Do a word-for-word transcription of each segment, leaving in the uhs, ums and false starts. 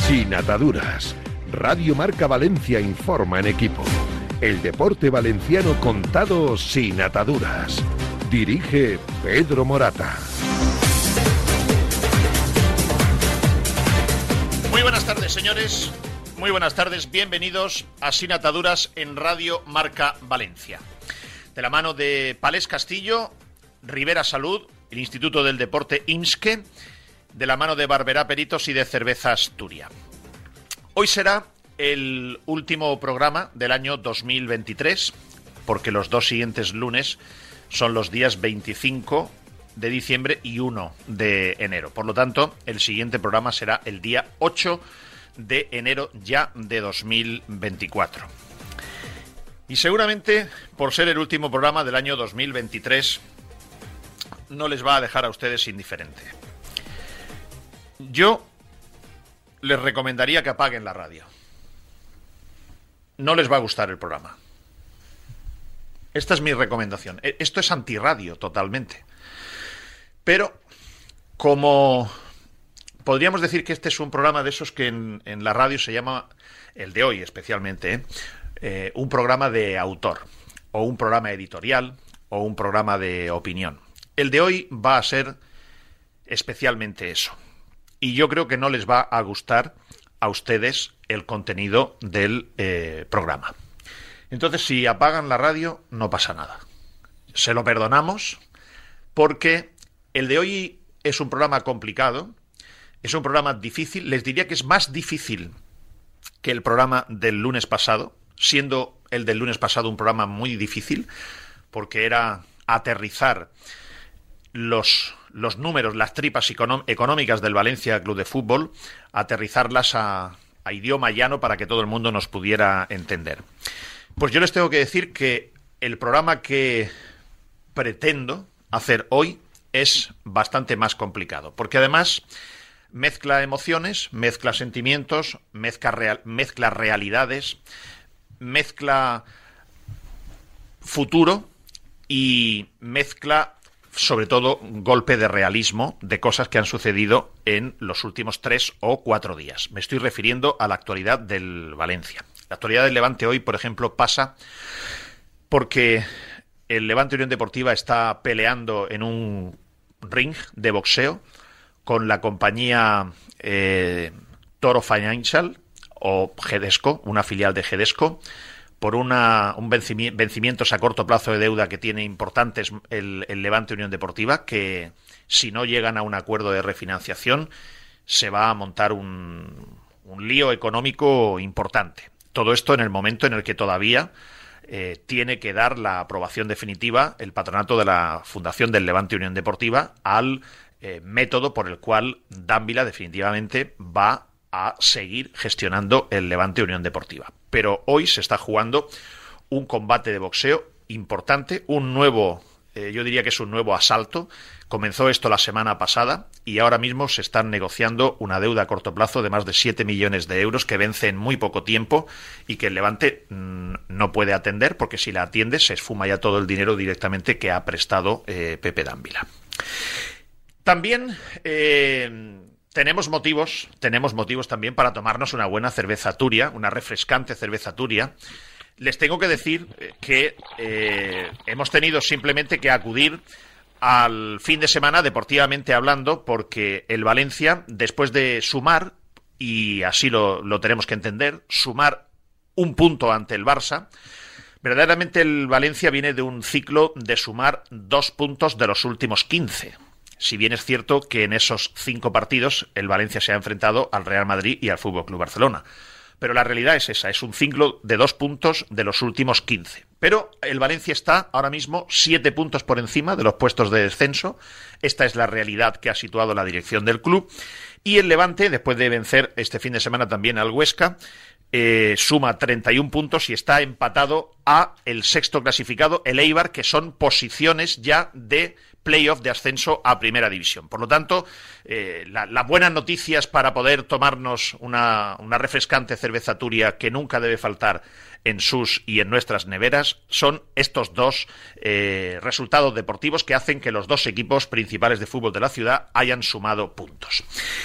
Sin ataduras. Radio Marca Valencia informa en equipo. El deporte valenciano contado sin ataduras. Dirige Pedro Morata. Muy buenas tardes, señores. Muy buenas tardes. Bienvenidos a Sin Ataduras en Radio Marca Valencia. De la mano de Palés Castillo, Rivera Salud, el Instituto del Deporte I M S S C, de la mano de Barberá Peritos y de Cervezas Turia. Hoy será el último programa del año dos mil veintitrés, porque los dos siguientes lunes son los días veinticinco de diciembre y uno de enero. Por lo tanto, el siguiente programa será el día ocho de enero ya de dos mil veinticuatro. Y seguramente, por ser el último programa del año dos mil veintitrés, no les va a dejar a ustedes indiferente. Yo les recomendaría que apaguen la radio. No les va a gustar el programa. Esta es mi recomendación. Esto es antirradio totalmente. Pero, como podríamos decir que este es un programa de esos que en, en la radio se llama, el de hoy especialmente, ¿eh? Eh, un programa de autor, o un programa editorial, o un programa de opinión. El de hoy va a ser especialmente eso. Y yo creo que no les va a gustar a ustedes el contenido del eh, programa. Entonces, si apagan la radio, no pasa nada. Se lo perdonamos, porque el de hoy es un programa complicado, es un programa difícil. Les diría que es más difícil que el programa del lunes pasado, siendo el del lunes pasado un programa muy difícil, porque era aterrizar los, los números, las tripas económ- económicas del Valencia Club de Fútbol, aterrizarlas a, a idioma llano para que todo el mundo nos pudiera entender. Pues yo les tengo que decir que el programa que pretendo hacer hoy es bastante más complicado, porque además mezcla emociones, mezcla sentimientos, mezcla, real, mezcla realidades, mezcla futuro y mezcla, sobre todo, golpe de realismo de cosas que han sucedido en los últimos tres o cuatro días. Me estoy refiriendo a la actualidad del Valencia. La actualidad del Levante hoy, por ejemplo, pasa porque el Levante Unión Deportiva está peleando en un ring de boxeo con la compañía eh, Toro Financial o Gedesco, una filial de Gedesco, por una, un vencimi- vencimientos a corto plazo de deuda que tiene importantes el, el Levante Unión Deportiva, que si no llegan a un acuerdo de refinanciación se va a montar un, un lío económico importante. Todo esto en el momento en el que todavía eh, tiene que dar la aprobación definitiva el patronato de la Fundación del Levante Unión Deportiva al eh, método por el cual Dávila definitivamente va a seguir gestionando el Levante Unión Deportiva. Pero hoy se está jugando un combate de boxeo importante, un nuevo, eh, yo diría que es un nuevo asalto. Comenzó esto la semana pasada y ahora mismo se están negociando una deuda a corto plazo de más de siete millones de euros que vence en muy poco tiempo y que el Levante mmm, no puede atender, porque si la atiende se esfuma ya todo el dinero directamente que ha prestado eh, Pepe Dávila. También eh, tenemos motivos, tenemos motivos también para tomarnos una buena cerveza Turia, una refrescante cerveza Turia. Les tengo que decir que eh, hemos tenido simplemente que acudir al fin de semana, deportivamente hablando, porque el Valencia, después de sumar, y así lo, lo tenemos que entender, sumar un punto ante el Barça, verdaderamente el Valencia viene de un ciclo de sumar dos puntos de los últimos quince. Si bien es cierto que en esos cinco partidos el Valencia se ha enfrentado al Real Madrid y al Fútbol Club Barcelona. Pero la realidad es esa, es un ciclo de dos puntos de los últimos quince. Pero el Valencia está ahora mismo siete puntos por encima de los puestos de descenso. Esta es la realidad que ha situado la dirección del club. Y el Levante, después de vencer este fin de semana también al Huesca, eh, suma treinta y un puntos y está empatado a el sexto clasificado, el Eibar, que son posiciones ya de playoff de ascenso a Primera División. Por lo tanto, eh, la, las buenas noticias para poder tomarnos una, una refrescante cerveza Turia que nunca debe faltar en sus y en nuestras neveras son estos dos eh, resultados deportivos que hacen que los dos equipos principales de fútbol de la ciudad hayan sumado puntos.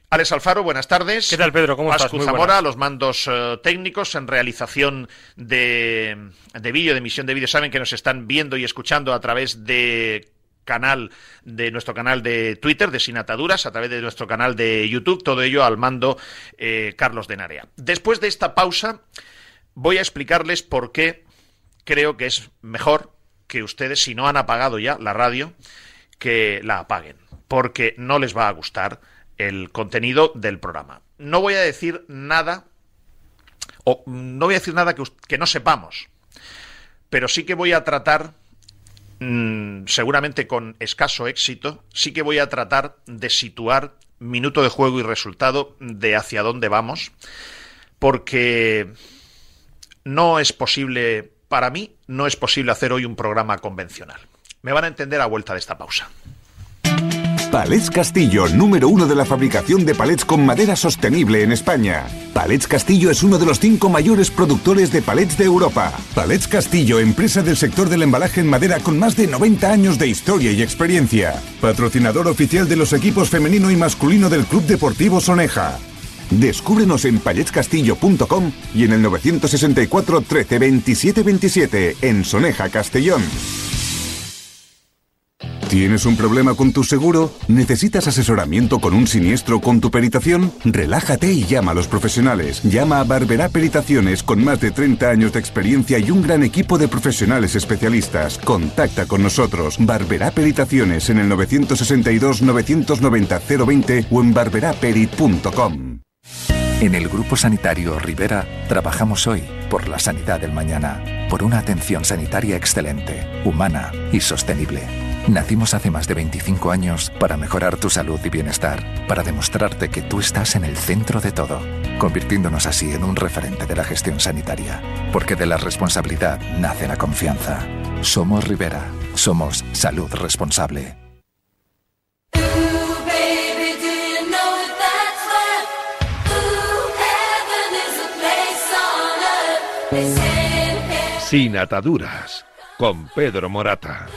Alex Alfaro, buenas tardes. ¿Qué tal, Pedro? ¿Cómo estás? Pascu Zamora, los mandos uh, técnicos en realización de, de vídeo, de emisión de vídeo. Saben que nos están viendo y escuchando a través de canal de nuestro canal de Twitter, de Sin Ataduras, a través de nuestro canal de YouTube, todo ello al mando eh, Carlos de Narea. Después de esta pausa, voy a explicarles por qué creo que es mejor que ustedes, si no han apagado ya la radio, que la apaguen, porque no les va a gustar el contenido del programa. No voy a decir nada, o no voy a decir nada que, que no sepamos, pero sí que voy a tratar, mmm, seguramente con escaso éxito, sí que voy a tratar de situar minuto de juego y resultado de hacia dónde vamos, porque no es posible, para mí, no es posible hacer hoy un programa convencional. Me van a entender a vuelta de esta pausa. Palets Castillo, número uno de la fabricación de palets con madera sostenible en España. Palets Castillo es uno de los cinco mayores productores de palets de Europa. Palets Castillo, empresa del sector del embalaje en madera con más de noventa años de historia y experiencia. Patrocinador oficial de los equipos femenino y masculino del Club Deportivo Soneja. Descúbrenos en palets castillo punto com y en el novecientos sesenta y cuatro trece veintisiete veintisiete en Soneja, Castellón. ¿Tienes un problema con tu seguro? ¿Necesitas asesoramiento con un siniestro con tu peritación? Relájate y llama a los profesionales. Llama a Barberá Peritaciones con más de treinta años de experiencia y un gran equipo de profesionales especialistas. Contacta con nosotros. Barberá Peritaciones en el novecientos sesenta y dos novecientos noventa cero veinte o en barberá perit punto com. En el Grupo Sanitario Rivera trabajamos hoy por la sanidad del mañana, por una atención sanitaria excelente, humana y sostenible. Nacimos hace más de veinticinco años para mejorar tu salud y bienestar, para demostrarte que tú estás en el centro de todo, convirtiéndonos así en un referente de la gestión sanitaria. Porque de la responsabilidad nace la confianza. Somos Rivera, somos salud responsable. Sin Ataduras, con Pedro Morata.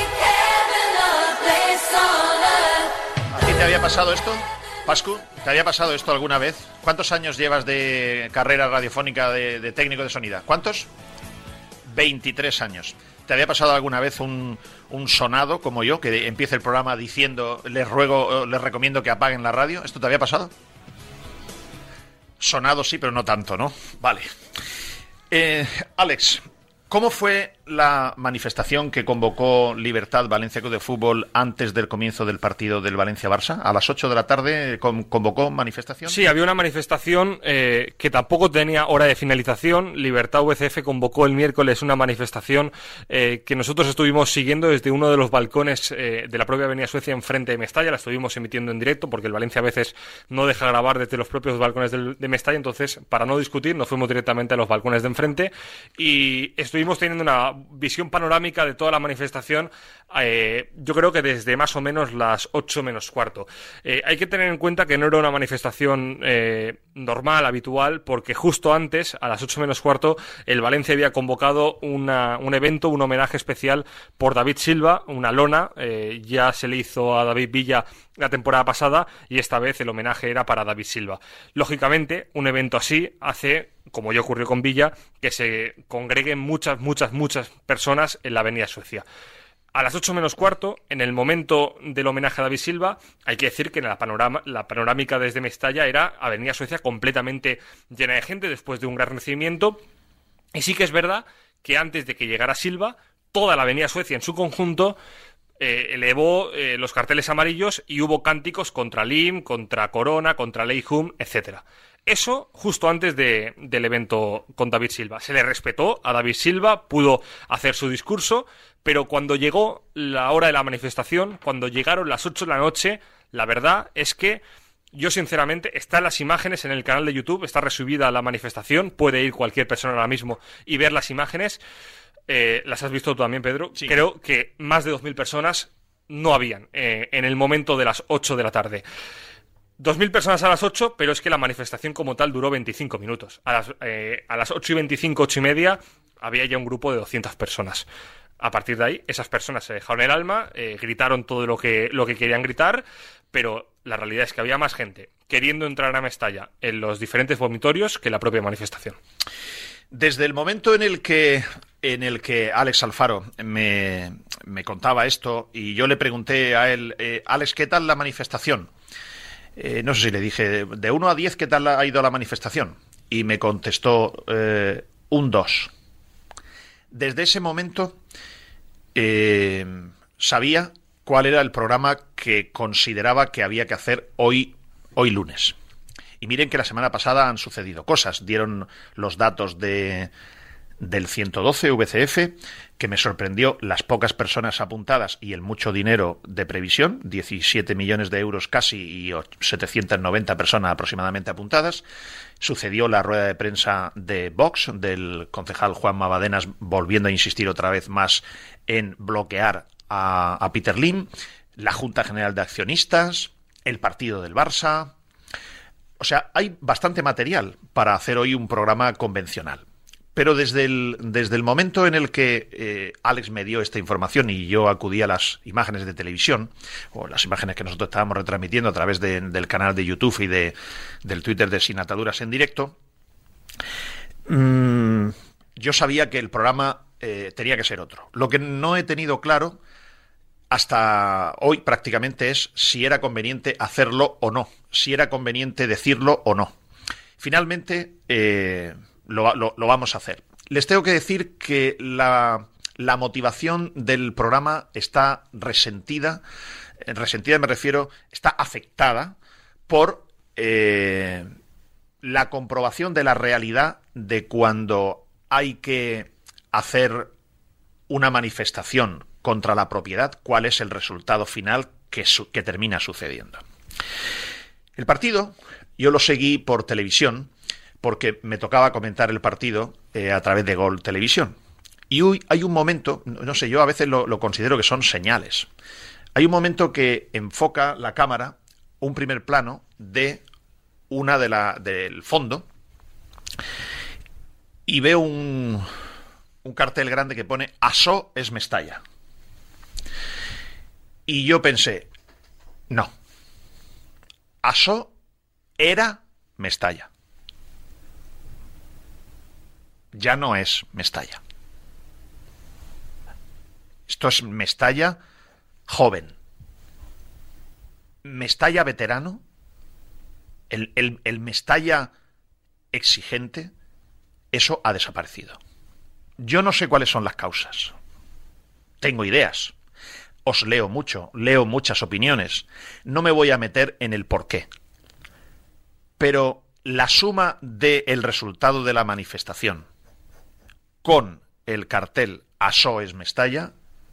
¿A ti te había pasado esto, Pascu? ¿Te había pasado esto alguna vez? ¿Cuántos años llevas de carrera radiofónica de, de técnico de sonido? ¿Cuántos? veintitrés años. ¿Te había pasado alguna vez un, un sonado como yo, que empiece el programa diciendo, les ruego, les recomiendo que apaguen la radio? ¿Esto te había pasado? Sonado sí, pero no tanto, ¿no? Vale. Eh, Alex, ¿cómo fue la manifestación que convocó Libertad Valencia Club de Fútbol antes del comienzo del partido del Valencia-Barça? ¿A las ocho de la tarde convocó manifestación? Sí, había una manifestación eh, que tampoco tenía hora de finalización. Libertad V C F convocó el miércoles una manifestación eh, que nosotros estuvimos siguiendo desde uno de los balcones eh, de la propia Avenida Suecia enfrente de Mestalla. La estuvimos emitiendo en directo porque el Valencia a veces no deja grabar desde los propios balcones del, de Mestalla. Entonces, para no discutir, nos fuimos directamente a los balcones de enfrente y estuvimos teniendo una visión panorámica de toda la manifestación, eh, yo creo que desde más o menos las ocho menos cuarto. Eh, hay que tener en cuenta que no era una manifestación eh, normal, habitual, porque justo antes, a las ocho menos cuarto, el Valencia había convocado una, un evento, un homenaje especial por David Silva, una lona, eh, ya se le hizo a David Villa la temporada pasada y esta vez el homenaje era para David Silva. Lógicamente, un evento así hace, como ya ocurrió con Villa, que se congreguen muchas, muchas, muchas personas en la Avenida Suecia. A las ocho menos cuarto, en el momento del homenaje a David Silva, hay que decir que en la, panorama, la panorámica desde Mestalla era Avenida Suecia completamente llena de gente después de un gran recibimiento. Y sí que es verdad que antes de que llegara Silva, toda la Avenida Suecia en su conjunto eh, elevó eh, los carteles amarillos y hubo cánticos contra Lim, contra Corona, contra Leijum, etcétera. Eso justo antes de, del evento con David Silva. Se le respetó a David Silva, pudo hacer su discurso, pero cuando llegó la hora de la manifestación, cuando llegaron las ocho de la noche, la verdad es que yo sinceramente, están las imágenes en el canal de YouTube, está resubida la manifestación, puede ir cualquier persona ahora mismo y ver las imágenes. Eh, ¿Las has visto tú también, Pedro? Sí. Creo que más de dos mil personas no habían eh, en el momento de las ocho de la tarde. dos mil personas a las ocho, pero es que la manifestación como tal duró veinticinco minutos. A las, eh, a las ocho y veinticinco, ocho y media, había ya un grupo de doscientas personas. A partir de ahí, esas personas se dejaron el alma, eh, gritaron todo lo que, lo que querían gritar, pero la realidad es que había más gente queriendo entrar a Mestalla en los diferentes vomitorios que la propia manifestación. Desde el momento en el que en el que Alex Alfaro me, me contaba esto y yo le pregunté a él, eh, Alex, ¿qué tal la manifestación? Eh, no sé si le dije, de uno a diez, ¿qué tal ha ido la manifestación? Y me contestó eh, un dos. Desde ese momento eh, sabía cuál era el programa que consideraba que había que hacer hoy, hoy lunes. Y miren que la semana pasada han sucedido cosas. Dieron los datos de, del ciento doce V C F, que me sorprendió las pocas personas apuntadas y el mucho dinero de previsión, diecisiete millones de euros casi y setecientas noventa personas aproximadamente apuntadas. Sucedió la rueda de prensa de Vox, del concejal Juan Mabadenas, volviendo a insistir otra vez más en bloquear a, a Peter Lim, la Junta General de Accionistas, el partido del Barça. O sea, hay bastante material para hacer hoy un programa convencional. Pero desde el, desde el momento en el que eh, Alex me dio esta información y yo acudí a las imágenes de televisión, o las imágenes que nosotros estábamos retransmitiendo a través de, del canal de YouTube y de, del Twitter de Sin Ataduras en directo, mmm, yo sabía que el programa eh, tenía que ser otro. Lo que no he tenido claro hasta hoy prácticamente es si era conveniente hacerlo o no, si era conveniente decirlo o no. Finalmente eh, lo, lo, lo vamos a hacer. Les tengo que decir que la, la motivación del programa está resentida, resentida me refiero, está afectada por eh, la comprobación de la realidad de cuando hay que hacer una manifestación contra la propiedad, cuál es el resultado final que, su, que termina sucediendo. El partido, yo lo seguí por televisión, porque me tocaba comentar el partido eh, a través de Gol Televisión. Y hoy hay un momento, no sé, yo a veces lo, lo considero que son señales. Hay un momento que enfoca la cámara un primer plano de una de la del fondo y veo un, un cartel grande que pone Açò es Mestalla. Y yo pensé, no, Açò era Mestalla. Ya no es Mestalla. Esto es Mestalla joven. Mestalla veterano. El, el, el Mestalla exigente. Eso ha desaparecido. Yo no sé cuáles son las causas. Tengo ideas. Os leo mucho, leo muchas opiniones. No me voy a meter en el porqué. Pero la suma del resultado de la manifestación con el cartel Açò es Mestalla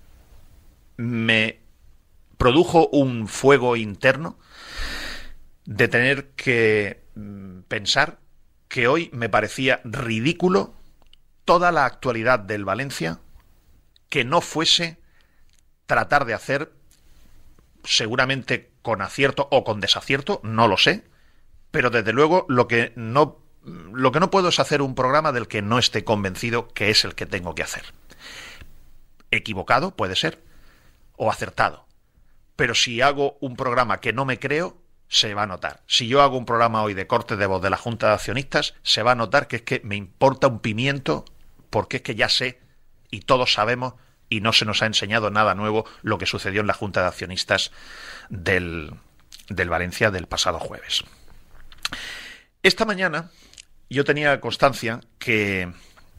me produjo un fuego interno de tener que pensar que hoy me parecía ridículo toda la actualidad del Valencia que no fuese tratar de hacer, seguramente con acierto o con desacierto, no lo sé, pero desde luego lo que no lo que no puedo es hacer un programa del que no esté convencido que es el que tengo que hacer. Equivocado puede ser, o acertado, pero si hago un programa que no me creo, se va a notar. Si yo hago un programa hoy de corte de voz de la Junta de Accionistas, se va a notar que es que me importa un pimiento, porque es que ya sé, y todos sabemos, y no se nos ha enseñado nada nuevo lo que sucedió en la Junta de Accionistas del, del Valencia del pasado jueves. Esta mañana yo tenía constancia que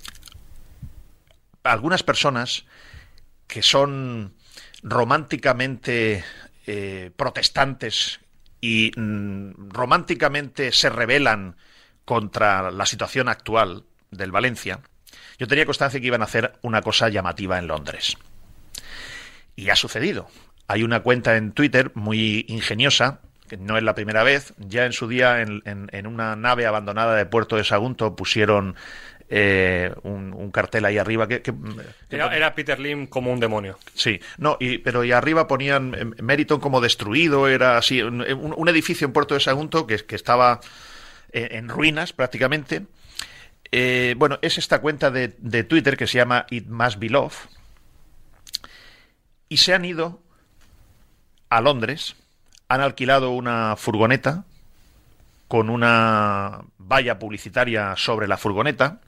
algunas personas que son románticamente eh, protestantes y mm, románticamente se rebelan contra la situación actual del Valencia, yo tenía constancia que iban a hacer una cosa llamativa en Londres. Y ha sucedido. Hay una cuenta en Twitter muy ingeniosa, que no es la primera vez. Ya en su día, en, en, en una nave abandonada de Puerto de Sagunto, pusieron eh, un, un cartel ahí arriba. Que, que, era, era Peter Lim como un demonio. Sí, no, y, pero y arriba ponían Meriton como destruido. Era así, un, un edificio en Puerto de Sagunto que, que estaba en, en ruinas prácticamente. Eh, bueno, es esta cuenta de, de Twitter que se llama It Must Be Love. Y se han ido a Londres han alquilado una furgoneta con una valla publicitaria sobre la furgoneta,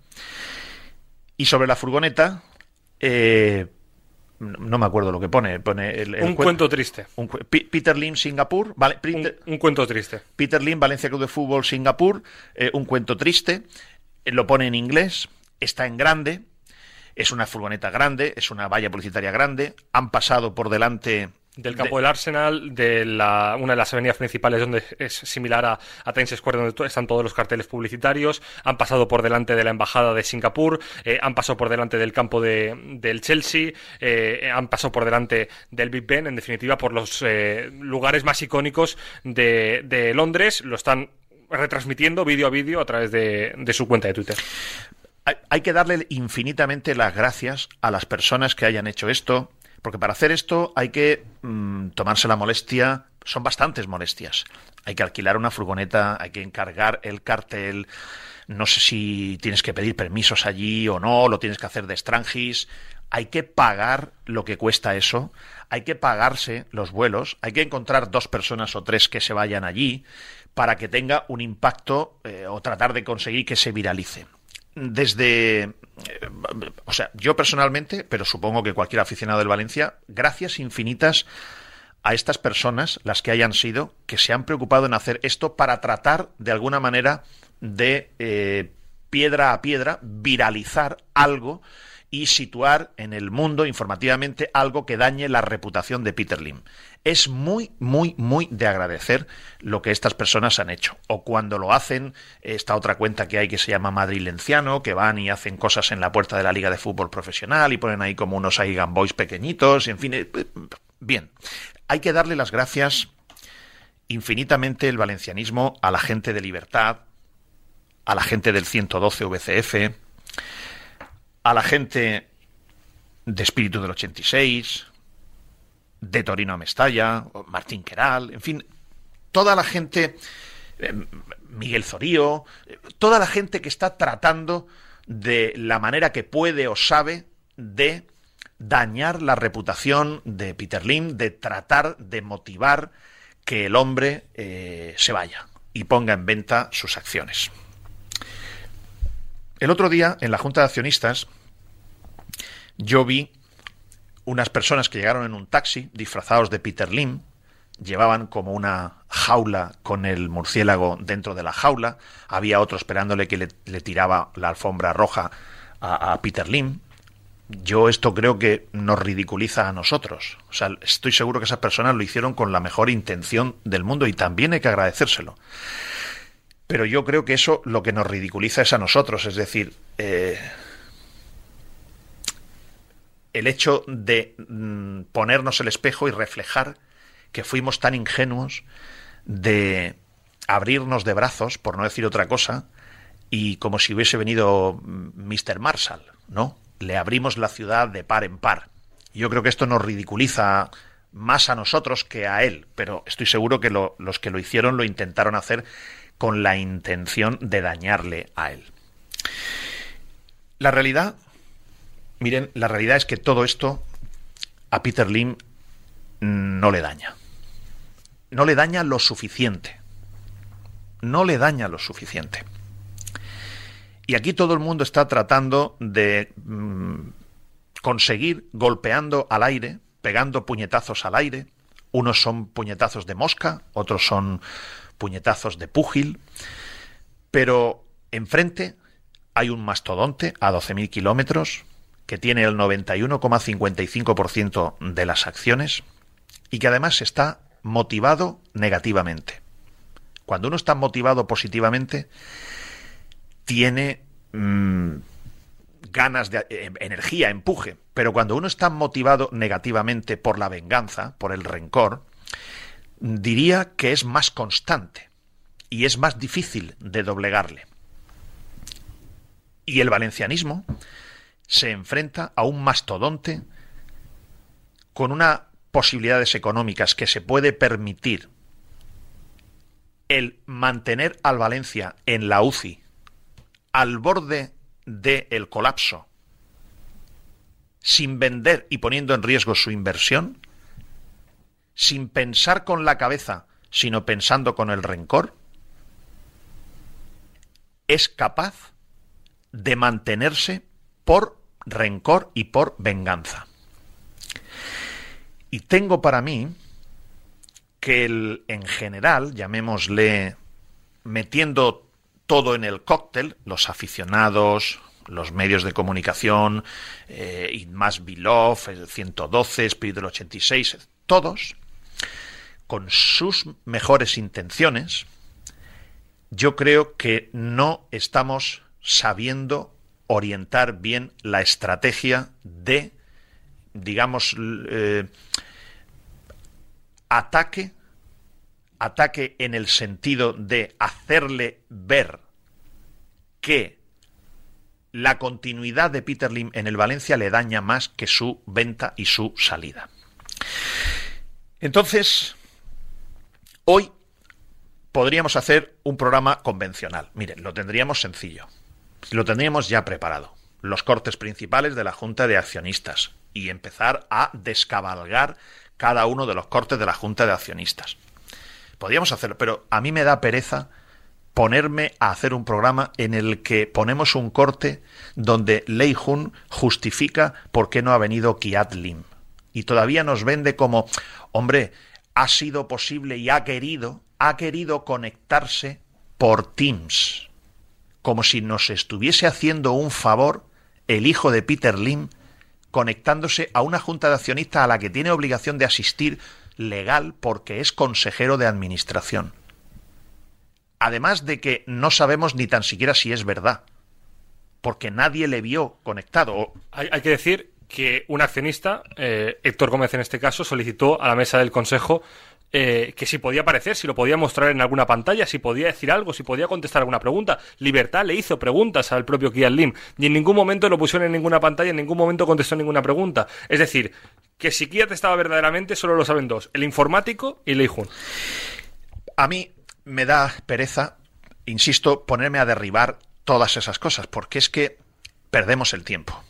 y sobre la furgoneta eh, no me acuerdo lo que pone. pone el, el un cu cuento triste. Un, Peter Lim, Singapur. Vale, Peter, un, un cuento triste. Peter Lim, Valencia Club de Fútbol, Singapur. Eh, un cuento triste. Eh, lo pone en inglés. Está en grande. Es una furgoneta grande. Es una valla publicitaria grande. Han pasado por delante del campo de... del Arsenal, de la, una de las avenidas principales donde es similar a, a Times Square, donde están todos los carteles publicitarios. Han pasado por delante de la embajada de Singapur, eh, han pasado por delante del campo de, del Chelsea, eh, han pasado por delante del Big Ben, en definitiva por los eh, lugares más icónicos de, de Londres. Lo están retransmitiendo vídeo a vídeo a través de, de su cuenta de Twitter. Hay, hay que darle infinitamente las gracias a las personas que hayan hecho esto. Porque para hacer esto hay que mmm, tomarse la molestia, son bastantes molestias. Hay que alquilar una furgoneta, hay que encargar el cartel, no sé si tienes que pedir permisos allí o no, lo tienes que hacer de Strangis, hay que pagar lo que cuesta eso, hay que pagarse los vuelos, hay que encontrar dos personas o tres que se vayan allí para que tenga un impacto eh, o tratar de conseguir que se viralice. Desde, eh, o sea, yo personalmente, pero supongo que cualquier aficionado del Valencia, gracias infinitas a estas personas, las que hayan sido, que se han preocupado en hacer esto para tratar de alguna manera de eh, piedra a piedra viralizar algo y situar en el mundo informativamente algo que dañe la reputación de Peter Lim. Es muy, muy, muy de agradecer lo que estas personas han hecho. O cuando lo hacen, esta otra cuenta que hay que se llama Madrilenciano, que van y hacen cosas en la puerta de la Liga de Fútbol Profesional y ponen ahí como unos Aigan Boys pequeñitos, y en fin, eh, bien. Hay que darle las gracias infinitamente el valencianismo a la gente de Libertad, a la gente del ciento doce V C F, a la gente de Espíritu del ochenta y seis, de Torino a Mestalla, Martín Queral, en fin, toda la gente, eh, Miguel Zorío, eh, toda la gente que está tratando de la manera que puede o sabe de dañar la reputación de Peter Lim, de tratar de motivar que el hombre eh, se vaya y ponga en venta sus acciones. El otro día, en la Junta de Accionistas, yo vi unas personas que llegaron en un taxi disfrazados de Peter Lim, llevaban como una jaula con el murciélago dentro de la jaula, había otro esperándole que le, le tiraba la alfombra roja a, a Peter Lim. Yo esto creo que nos ridiculiza a nosotros. O sea, estoy seguro que esas personas lo hicieron con la mejor intención del mundo y también hay que agradecérselo. Pero yo creo que eso lo que nos ridiculiza es a nosotros, es decir, eh, el hecho de mm, ponernos el espejo y reflejar que fuimos tan ingenuos de abrirnos de brazos, por no decir otra cosa, y como si hubiese venido mister Marshall, ¿no? Le abrimos la ciudad de par en par. Yo creo que esto nos ridiculiza más a nosotros que a él, pero estoy seguro que lo, los que lo hicieron lo intentaron hacer con la intención de dañarle a él. La realidad, miren, la realidad es que todo esto a Peter Lim no le daña. No le daña lo suficiente. No le daña lo suficiente. Y aquí todo el mundo está tratando de mmm, conseguir golpeando al aire, pegando puñetazos al aire. Unos son puñetazos de mosca, otros son puñetazos de púgil, pero enfrente hay un mastodonte a doce mil kilómetros que tiene el noventa y uno coma cincuenta y cinco por ciento de las acciones y que además está motivado negativamente. Cuando uno está motivado positivamente, tiene mmm, ganas de eh, energía, empuje, pero cuando uno está motivado negativamente por la venganza, por el rencor, diría que es más constante y es más difícil de doblegarle. Y el valencianismo se enfrenta a un mastodonte con unas posibilidades económicas que se puede permitir el mantener al Valencia en la U C I al borde del colapso sin vender y poniendo en riesgo su inversión, sin pensar con la cabeza sino pensando con el rencor, es capaz de mantenerse por rencor y por venganza. Y tengo para mí que el, en general, llamémosle metiendo todo en el cóctel, los aficionados, los medios de comunicación, eh, y más Bilov, el ciento doce, Espíritu del ochenta y seis, todos, con sus mejores intenciones, yo creo que no estamos sabiendo orientar bien la estrategia de, digamos, eh, ataque, ataque en el sentido de hacerle ver que la continuidad de Peter Lim en el Valencia le daña más que su venta y su salida. Entonces, hoy podríamos hacer un programa convencional. Miren, lo tendríamos sencillo. Lo tendríamos ya preparado. Los cortes principales de la Junta de Accionistas y empezar a descabalgar cada uno de los cortes de la Junta de Accionistas. Podríamos hacerlo, pero a mí me da pereza ponerme a hacer un programa en el que ponemos un corte donde Lei Jun justifica por qué no ha venido Kiat Lim. Y todavía nos vende como, hombre, ha sido posible y ha querido, ha querido conectarse por Teams. Como si nos estuviese haciendo un favor el hijo de Peter Lim conectándose a una junta de accionistas a la que tiene obligación de asistir legal porque es consejero de administración. Además de que no sabemos ni tan siquiera si es verdad, porque nadie le vio conectado. Hay, hay que decir que un accionista, eh, Héctor Gómez en este caso, solicitó a la mesa del Consejo eh, que si podía aparecer, si lo podía mostrar en alguna pantalla, si podía decir algo, si podía contestar alguna pregunta. Libertad le hizo preguntas al propio Kiat Lim y en ningún momento lo pusieron en ninguna pantalla, en ningún momento contestó ninguna pregunta. Es decir, que si Kiat estaba verdaderamente solo lo saben dos, el informático y Lei Jun. A mí me da pereza, insisto, ponerme a derribar todas esas cosas, porque es que perdemos el tiempo.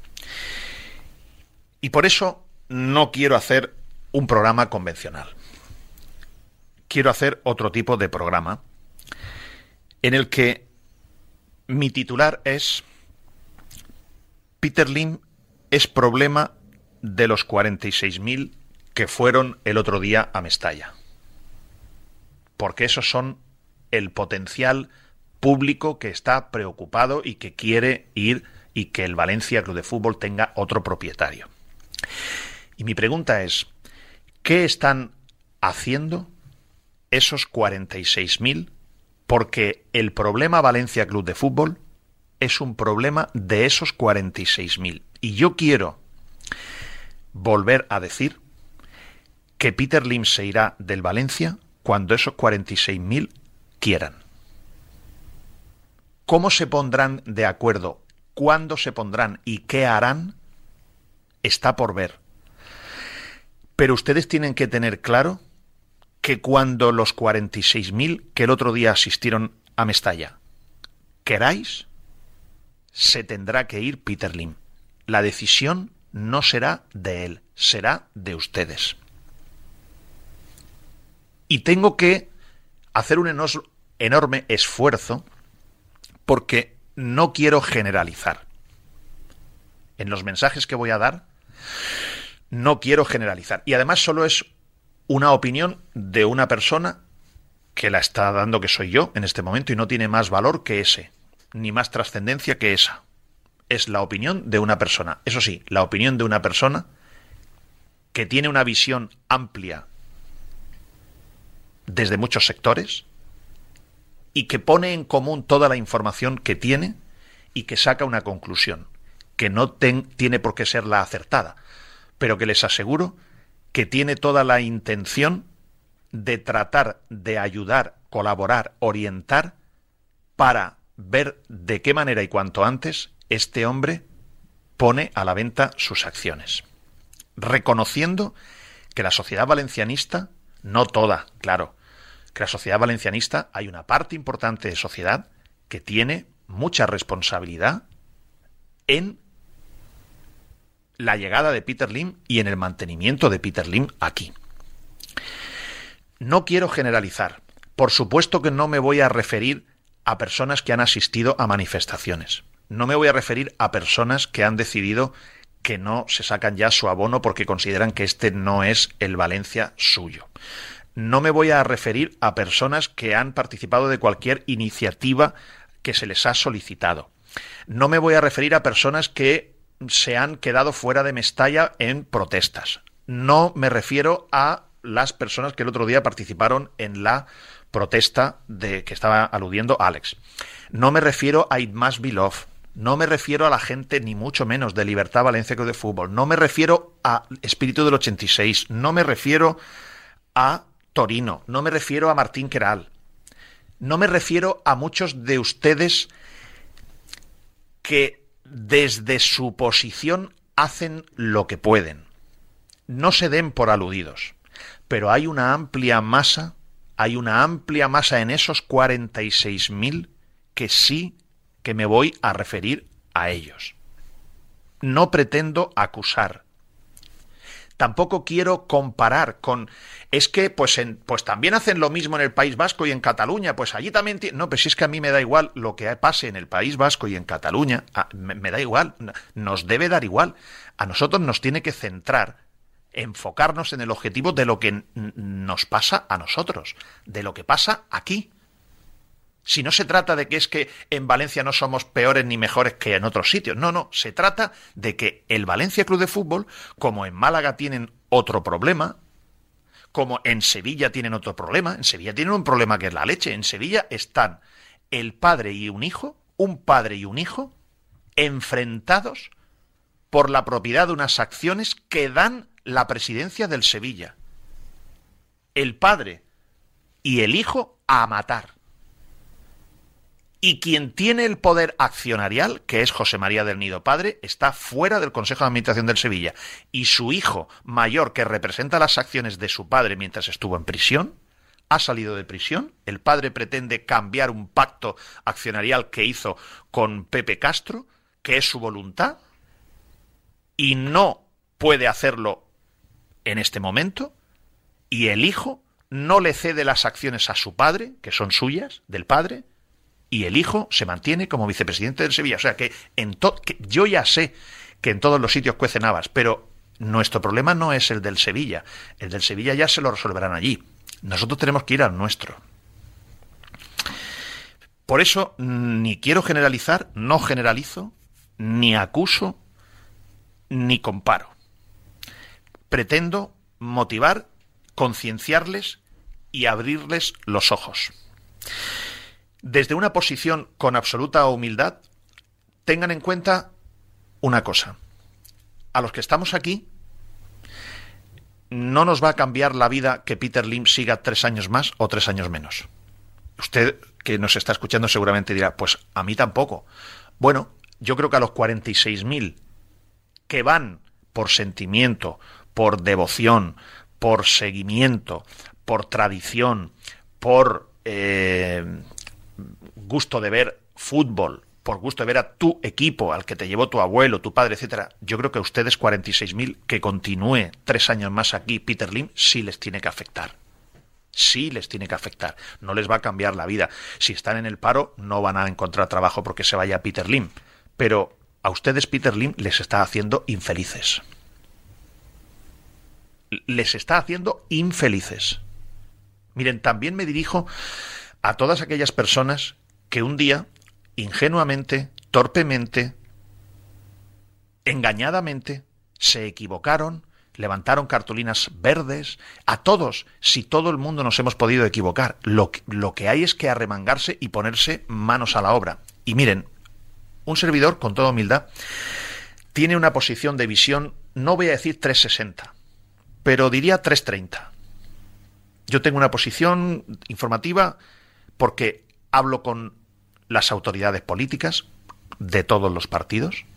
Y por eso no quiero hacer un programa convencional. Quiero hacer otro tipo de programa en el que mi titular es Peter Lim es problema de los cuarenta y seis mil que fueron el otro día a Mestalla. Porque esos son el potencial público que está preocupado y que quiere ir y que el Valencia Club de Fútbol tenga otro propietario. Y mi pregunta es, ¿qué están haciendo esos cuarenta y seis mil? Porque el problema Valencia Club de Fútbol es un problema de esos cuarenta y seis mil. Y yo quiero volver a decir que Peter Lim se irá del Valencia cuando esos cuarenta y seis mil quieran. ¿Cómo se pondrán de acuerdo? ¿Cuándo se pondrán? ¿Y qué harán? Está por ver. Pero ustedes tienen que tener claro que cuando los cuarenta y seis mil que el otro día asistieron a Mestalla queráis, se tendrá que ir Peter Lim. La decisión no será de él, será de ustedes. Y tengo que hacer un enorme esfuerzo porque no quiero generalizar. En los mensajes que voy a dar, no quiero generalizar. Y además solo es una opinión de una persona que la está dando, que soy yo en este momento, y no tiene más valor que ese, ni más trascendencia que esa. Es la opinión de una persona. Eso sí, la opinión de una persona que tiene una visión amplia desde muchos sectores y que pone en común toda la información que tiene y que saca una conclusión, que no ten, tiene por qué ser la acertada, pero que les aseguro que tiene toda la intención de tratar de ayudar, colaborar, orientar para ver de qué manera y cuanto antes este hombre pone a la venta sus acciones, reconociendo que la sociedad valencianista, no toda, claro, que la sociedad valencianista, hay una parte importante de sociedad que tiene mucha responsabilidad en la llegada de Peter Lim y en el mantenimiento de Peter Lim aquí. No quiero generalizar. Por supuesto que no me voy a referir a personas que han asistido a manifestaciones. No me voy a referir a personas que han decidido que no se sacan ya su abono porque consideran que este no es el Valencia suyo. No me voy a referir a personas que han participado de cualquier iniciativa que se les ha solicitado. No me voy a referir a personas que se han quedado fuera de Mestalla en protestas. No me refiero a las personas que el otro día participaron en la protesta de que estaba aludiendo Alex. No me refiero a It Must Be Love. No me refiero a la gente, ni mucho menos, de Libertad Valencia Club de Fútbol. No me refiero a Espíritu del ochenta y seis. No me refiero a Torino. No me refiero a Martín Queral. No me refiero a muchos de ustedes que desde su posición hacen lo que pueden. No se den por aludidos. Pero hay una amplia masa, hay una amplia masa en esos cuarenta y seis mil que sí que me voy a referir a ellos. No pretendo acusar. Tampoco quiero comparar con... Es que pues, en, pues también hacen lo mismo en el País Vasco y en Cataluña, pues allí también... No, pero si es que a mí me da igual lo que pase en el País Vasco y en Cataluña, a, me, me da igual, nos debe dar igual. A nosotros nos tiene que centrar, enfocarnos en el objetivo de lo que n- nos pasa a nosotros, de lo que pasa aquí. Si no se trata de que es que en Valencia no somos peores ni mejores que en otros sitios. No, no. Se trata de que el Valencia Club de Fútbol, como en Málaga tienen otro problema, como en Sevilla tienen otro problema, en Sevilla tienen un problema que es la leche. En Sevilla están el padre y un hijo, un padre y un hijo, enfrentados por la propiedad de unas acciones que dan la presidencia del Sevilla. El padre y el hijo a matar. Y quien tiene el poder accionarial, que es José María del Nido Padre, está fuera del Consejo de Administración del Sevilla. Y su hijo mayor, que representa las acciones de su padre mientras estuvo en prisión, ha salido de prisión. El padre pretende cambiar un pacto accionarial que hizo con Pepe Castro, que es su voluntad, y no puede hacerlo en este momento. Y el hijo no le cede las acciones a su padre, que son suyas, del padre, y el hijo se mantiene como vicepresidente del Sevilla. O sea que, en to- que yo ya sé que en todos los sitios cuecen habas, pero nuestro problema no es el del Sevilla. El del Sevilla ya se lo resolverán allí. Nosotros tenemos que ir al nuestro. Por eso ni quiero generalizar, no generalizo, ni acuso, ni comparo. Pretendo motivar, concienciarles y abrirles los ojos. Desde una posición con absoluta humildad, tengan en cuenta una cosa. A los que estamos aquí, no nos va a cambiar la vida que Peter Lim siga tres años más o tres años menos. Usted, que nos está escuchando, seguramente dirá, pues a mí tampoco. Bueno, yo creo que a los cuarenta y seis mil que van por sentimiento, por devoción, por seguimiento, por tradición, por... Eh, gusto de ver fútbol, por gusto de ver a tu equipo, al que te llevó tu abuelo, tu padre, etcétera, yo creo que a ustedes cuarenta y seis mil que continúe tres años más aquí Peter Lim, sí les tiene que afectar. Sí les tiene que afectar. No les va a cambiar la vida. Si están en el paro, no van a encontrar trabajo porque se vaya Peter Lim. Pero a ustedes Peter Lim les está haciendo infelices. Les está haciendo infelices. Miren, también me dirijo a todas aquellas personas que un día, ingenuamente, torpemente, engañadamente, se equivocaron, levantaron cartulinas verdes. A todos, si todo el mundo nos hemos podido equivocar, lo que, lo que hay es que arremangarse y ponerse manos a la obra. Y miren, un servidor, con toda humildad, tiene una posición de visión, no voy a decir trescientos sesenta, pero diría trescientos treinta. Yo tengo una posición informativa porque hablo con las autoridades políticas de todos los partidos,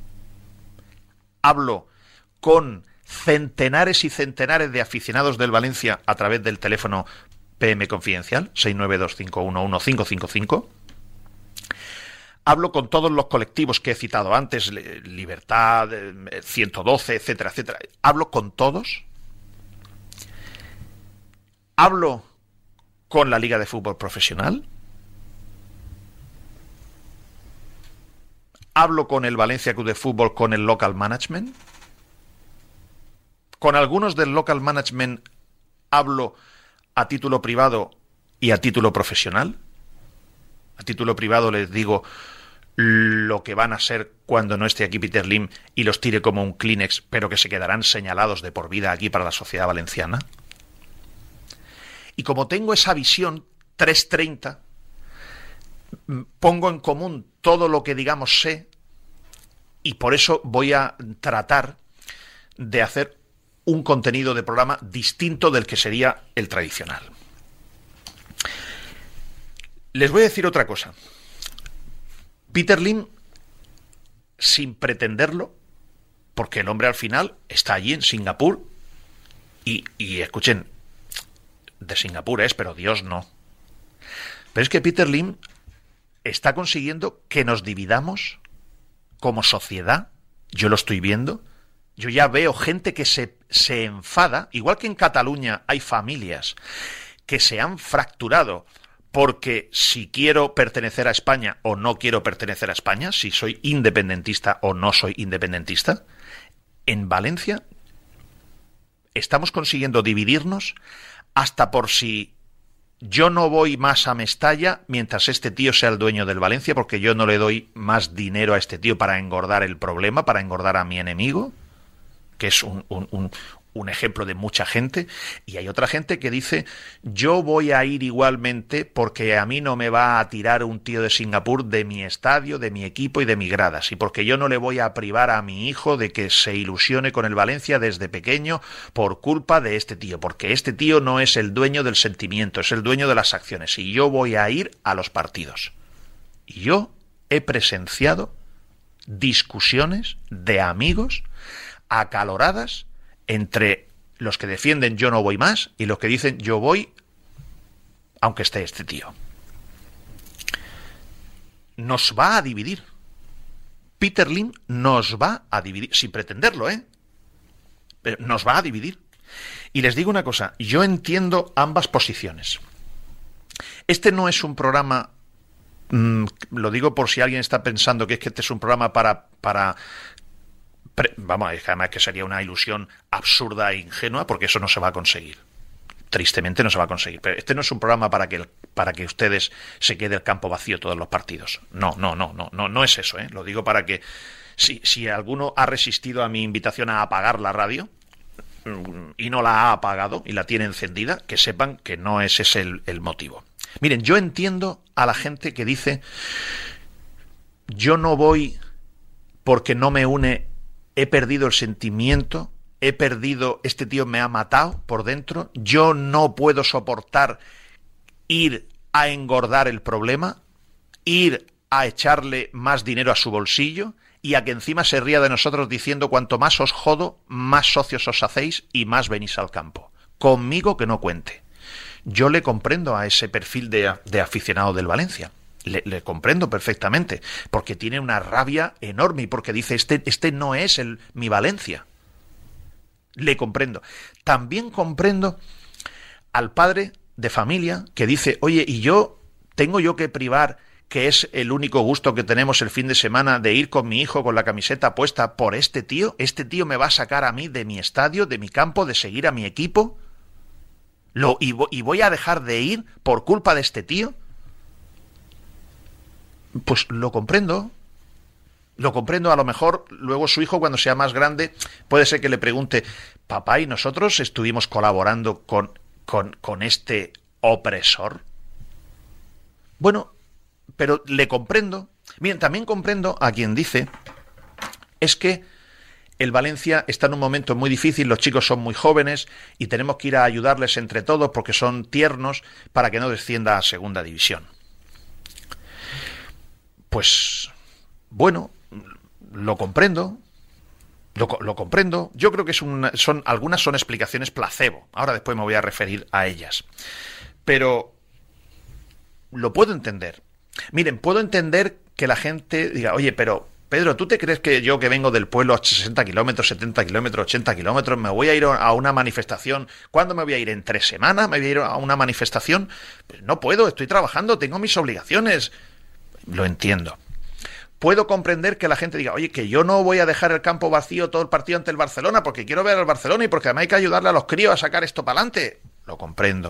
hablo con centenares y centenares de aficionados del Valencia a través del teléfono P M Confidencial, seis nueve dos cinco uno uno cinco cinco cinco, hablo con todos los colectivos que he citado antes, Libertad, ciento doce, etcétera, etcétera, hablo con todos. ¿Hablo con la Liga de Fútbol Profesional? ¿Hablo con el Valencia Club de Fútbol, con el local management? ¿Con algunos del local management hablo a título privado y a título profesional? A título privado les digo lo que van a ser cuando no esté aquí Peter Lim y los tire como un Kleenex, pero que se quedarán señalados de por vida aquí para la sociedad valenciana. Y como tengo esa visión trescientos treinta, pongo en común todo lo que, digamos, sé, y por eso voy a tratar de hacer un contenido de programa distinto del que sería el tradicional. Les voy a decir otra cosa. Peter Lim, sin pretenderlo, porque el hombre al final está allí en Singapur, y, y escuchen, de Singapur es, pero Dios no. Pero es que Peter Lim está consiguiendo que nos dividamos como sociedad. Yo lo estoy viendo. Yo ya veo gente que se, se enfada, igual que en Cataluña hay familias que se han fracturado porque si quiero pertenecer a España o no quiero pertenecer a España, si soy independentista o no soy independentista, en Valencia estamos consiguiendo dividirnos hasta por si yo no voy más a Mestalla mientras este tío sea el dueño del Valencia, porque yo no le doy más dinero a este tío para engordar el problema, para engordar a mi enemigo, que es un, un, un, un ejemplo de mucha gente. Y hay otra gente que dice, yo voy a ir igualmente porque a mí no me va a tirar un tío de Singapur de mi estadio, de mi equipo y de mis gradas, y porque yo no le voy a privar a mi hijo de que se ilusione con el Valencia desde pequeño por culpa de este tío, porque este tío no es el dueño del sentimiento, es el dueño de las acciones, y yo voy a ir a los partidos. Y yo he presenciado discusiones de amigos acaloradas entre los que defienden yo no voy más y los que dicen yo voy aunque esté este tío. Nos va a dividir. Peter Lim nos va a dividir, sin pretenderlo, ¿eh? Pero nos va a dividir. Y les digo una cosa, yo entiendo ambas posiciones. Este no es un programa, mmm, lo digo por si alguien está pensando que es que este es un programa para... para Pre, vamos, además que sería una ilusión absurda e ingenua, porque eso no se va a conseguir. Tristemente no se va a conseguir. Pero este no es un programa para que para que ustedes se quede el campo vacío todos los partidos. No, no, no, no, no, no es eso, ¿eh? Lo digo para que si, si alguno ha resistido a mi invitación a apagar la radio y no la ha apagado y la tiene encendida, que sepan que no es ese el, el motivo. Miren, yo entiendo a la gente que dice yo no voy porque no me une. He perdido el sentimiento, he perdido, este tío me ha matado por dentro, yo no puedo soportar ir a engordar el problema, ir a echarle más dinero a su bolsillo y a que encima se ría de nosotros diciendo cuanto más os jodo, más socios os hacéis y más venís al campo. Conmigo que no cuente. Yo le comprendo a ese perfil de, de aficionado del Valencia. Le, le comprendo perfectamente, porque tiene una rabia enorme y porque dice, este, este no es el, mi Valencia. Le comprendo. También comprendo al padre de familia que dice, oye, ¿y yo tengo yo que privar, que es el único gusto que tenemos el fin de semana, de ir con mi hijo con la camiseta puesta por este tío? ¿Este tío me va a sacar a mí de mi estadio, de mi campo, de seguir a mi equipo? ¿Lo, y, ¿Y voy a dejar de ir por culpa de este tío? Pues lo comprendo, lo comprendo. A lo mejor luego su hijo, cuando sea más grande, puede ser que le pregunte, papá, ¿y nosotros estuvimos colaborando con, con, con este opresor? Bueno, pero le comprendo. Miren, también comprendo a quien dice, es que el Valencia está en un momento muy difícil, los chicos son muy jóvenes y tenemos que ir a ayudarles entre todos porque son tiernos para que no descienda a segunda división. Pues, bueno, lo comprendo, lo, lo comprendo. Yo creo que es una, son, algunas son explicaciones placebo. Ahora después me voy a referir a ellas. Pero lo puedo entender. Miren, puedo entender que la gente diga, oye, pero Pedro, ¿tú te crees que yo, que vengo del pueblo a sesenta kilómetros, setenta kilómetros, ochenta kilómetros, me voy a ir a una manifestación? ¿Cuándo me voy a ir? ¿En tres semanas me voy a ir a una manifestación? Pues no puedo, estoy trabajando, tengo mis obligaciones. Lo entiendo. Puedo comprender que la gente diga, oye, que yo no voy a dejar el campo vacío todo el partido ante el Barcelona porque quiero ver al Barcelona y porque además hay que ayudarle a los críos a sacar esto para adelante. Lo comprendo.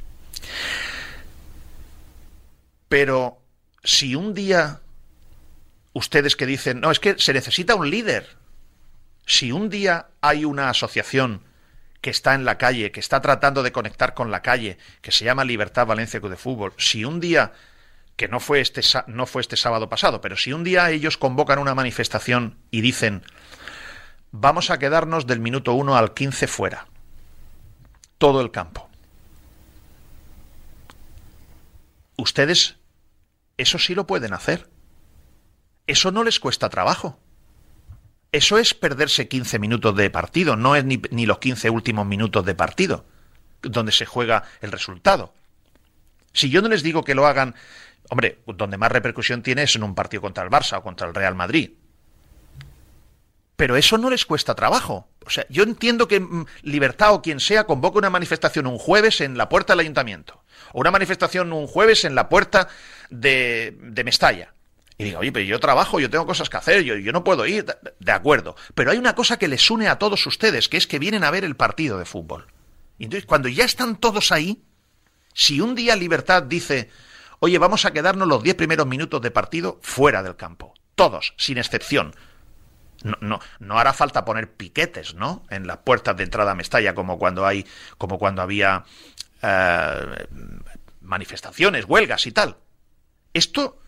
Pero si un día ustedes que dicen, no, es que se necesita un líder. Si un día hay una asociación que está en la calle, que está tratando de conectar con la calle, que se llama Libertad Valencia Club de Fútbol, si un día, que no fue este, no fue este sábado pasado, pero si un día ellos convocan una manifestación y dicen, vamos a quedarnos del minuto uno al quince fuera, todo el campo. Ustedes eso sí lo pueden hacer. Eso no les cuesta trabajo. Eso es perderse quince minutos de partido, no es ni, ni los quince últimos minutos de partido, donde se juega el resultado. Si yo no les digo que lo hagan, hombre, donde más repercusión tiene es en un partido contra el Barça o contra el Real Madrid. Pero eso no les cuesta trabajo. O sea, yo entiendo que Libertad o quien sea convoque una manifestación un jueves en la puerta del ayuntamiento, o una manifestación un jueves en la puerta de, de Mestalla. Y diga, oye, pero yo trabajo, yo tengo cosas que hacer, yo, yo no puedo ir. De acuerdo. Pero hay una cosa que les une a todos ustedes, que es que vienen a ver el partido de fútbol. Y entonces, cuando ya están todos ahí, si un día Libertad dice, oye, vamos a quedarnos los diez primeros minutos de partido fuera del campo. Todos, sin excepción. No, no, no hará falta poner piquetes, ¿no?, en las puertas de entrada a Mestalla, como cuando hay, como cuando había eh, manifestaciones, huelgas y tal. Esto...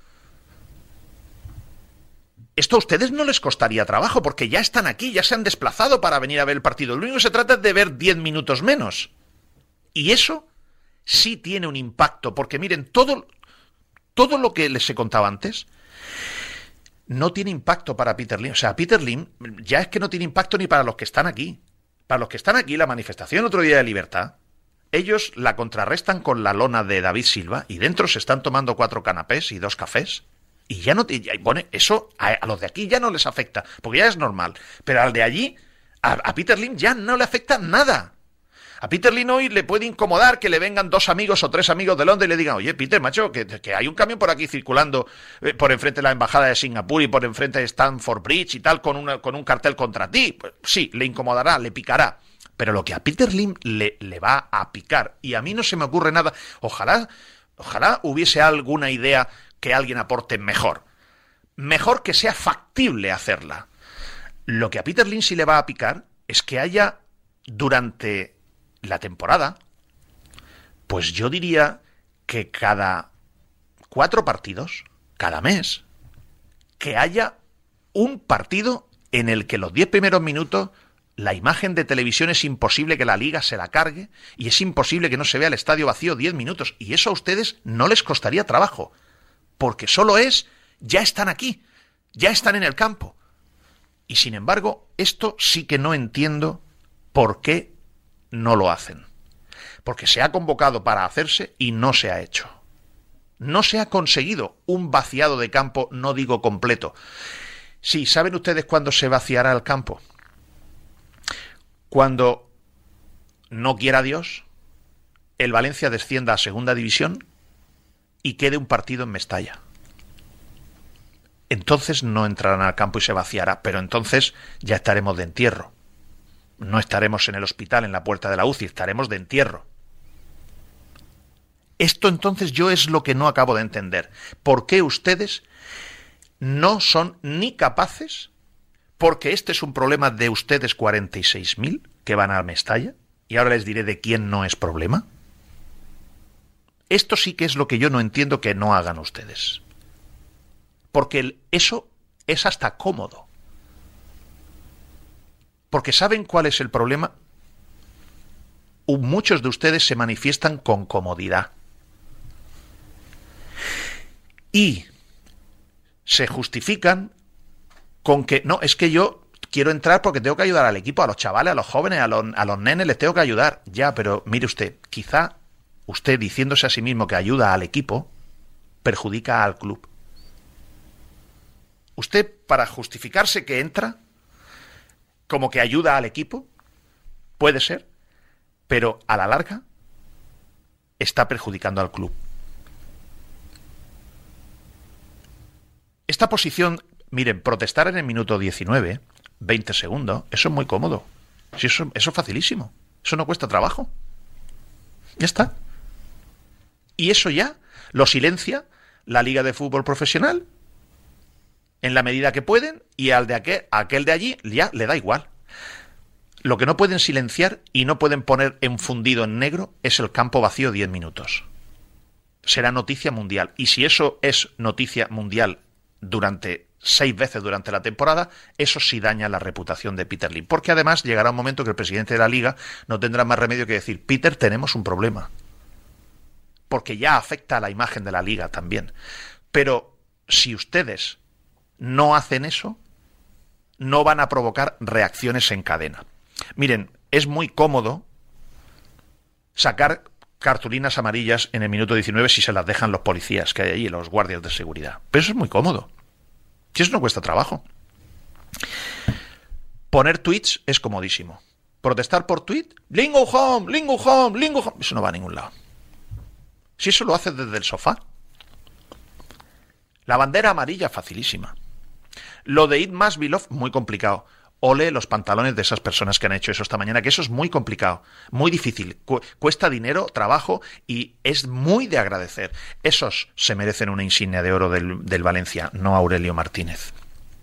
Esto a ustedes no les costaría trabajo, porque ya están aquí, ya se han desplazado para venir a ver el partido. Lo único que se trata es de ver diez minutos menos. Y eso sí tiene un impacto, porque miren, todo, todo lo que les he contado antes no tiene impacto para Peter Lim. O sea, Peter Lim ya es que no tiene impacto ni para los que están aquí. Para los que están aquí, la manifestación otro día de Libertad, ellos la contrarrestan con la lona de David Silva y dentro se están tomando cuatro canapés y dos cafés. Y ya no, ya, bueno, eso a, a los de aquí ya no les afecta, porque ya es normal. Pero al de allí, a, a Peter Lim ya no le afecta nada. A Peter Lim hoy le puede incomodar que le vengan dos amigos o tres amigos de Londres y le digan, oye, Peter, macho, que, que hay un camión por aquí circulando eh, por enfrente de la embajada de Singapur y por enfrente de Stamford Bridge y tal, con, una, con un cartel contra ti. Pues sí, le incomodará, le picará. Pero lo que a Peter Lim le, le va a picar, y a mí no se me ocurre nada, ojalá, ojalá hubiese alguna idea que alguien aporte mejor. Mejor que sea factible hacerla. Lo que a Peter Lim sí le va a picar es que haya durante la temporada, pues yo diría que cada cuatro partidos, cada mes, que haya un partido en el que los diez primeros minutos la imagen de televisión es imposible que la liga se la cargue y es imposible que no se vea el estadio vacío diez minutos. Y eso a ustedes no les costaría trabajo. Porque solo es, ya están aquí, ya están en el campo. Y sin embargo, esto sí que no entiendo por qué no lo hacen. Porque se ha convocado para hacerse y no se ha hecho. No se ha conseguido un vaciado de campo, no digo completo. Sí, ¿saben ustedes cuándo se vaciará el campo? Cuando, no quiera Dios, el Valencia descienda a segunda división y quede un partido en Mestalla. Entonces no entrarán al campo y se vaciará, pero entonces ya estaremos de entierro. No estaremos en el hospital, en la puerta de la U C I, estaremos de entierro. Esto entonces yo es lo que no acabo de entender. ¿Por qué ustedes no son ni capaces, porque este es un problema de ustedes cuarenta y seis mil que van a Mestalla, y ahora les diré de quién no es problema? Esto sí que es lo que yo no entiendo que no hagan ustedes. Porque el, eso es hasta cómodo. Porque ¿saben cuál es el problema? Muchos de ustedes se manifiestan con comodidad. Y se justifican con que, no, es que yo quiero entrar porque tengo que ayudar al equipo, a los chavales, a los jóvenes, a los, a los nenes les tengo que ayudar. Ya, pero mire usted, quizá usted diciéndose a sí mismo que ayuda al equipo, perjudica al club. Usted, para justificarse que entra, como que ayuda al equipo, puede ser, pero a la larga está perjudicando al club. Esta posición, miren, protestar en el minuto diecinueve, veinte segundos, eso es muy cómodo. Si eso, eso es facilísimo. Eso no cuesta trabajo. Ya está. Y eso ya lo silencia la Liga de Fútbol Profesional en la medida que pueden, y al de aquel, a aquel de allí ya le da igual. Lo que no pueden silenciar y no pueden poner enfundido en negro es el campo vacío diez minutos. Será noticia mundial. Y si eso es noticia mundial durante seis veces durante la temporada, eso sí daña la reputación de Peter Lim. Porque además llegará un momento que el presidente de la Liga no tendrá más remedio que decir: Peter, tenemos un problema. Porque ya afecta a la imagen de la Liga también. Pero si ustedes no hacen eso, no van a provocar reacciones en cadena. Miren, es muy cómodo sacar cartulinas amarillas en el minuto diecinueve si se las dejan los policías que hay allí, los guardias de seguridad. Pero eso es muy cómodo. Si eso no cuesta trabajo. Poner tweets es comodísimo. Protestar por tweet, Lingo home, Lingo home, Lingo home. Eso no va a ningún lado. Si eso lo haces desde el sofá. La bandera amarilla, facilísima. Lo de It Must Be Love, muy complicado. Ole los pantalones de esas personas que han hecho eso esta mañana, que eso es muy complicado, muy difícil, Cu- cuesta dinero, trabajo, y es muy de agradecer. Esos se merecen una insignia de oro del, del Valencia, no Aurelio Martínez.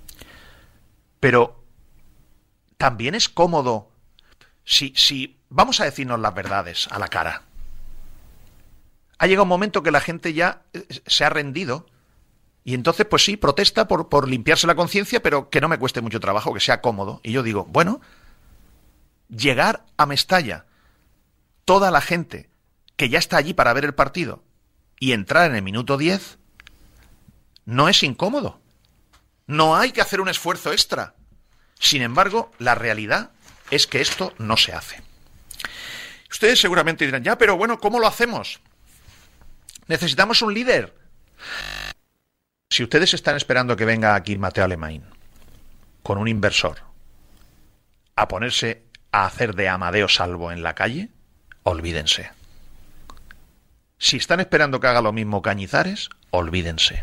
Pero también es cómodo, si, si vamos a decirnos las verdades a la cara. Ha llegado un momento que la gente ya se ha rendido. Y entonces, pues sí, protesta por, por limpiarse la conciencia, pero que no me cueste mucho trabajo, que sea cómodo. Y yo digo, bueno, llegar a Mestalla, toda la gente que ya está allí para ver el partido, y entrar en el minuto diez, no es incómodo. No hay que hacer un esfuerzo extra. Sin embargo, la realidad es que esto no se hace. Ustedes seguramente dirán, ya, pero bueno, ¿cómo lo hacemos? ¿Necesitamos un líder? Si ustedes están esperando que venga aquí Mateo Alemany con un inversor a ponerse a hacer de Amadeo Salvo en la calle, olvídense. Si están esperando que haga lo mismo Cañizares, olvídense.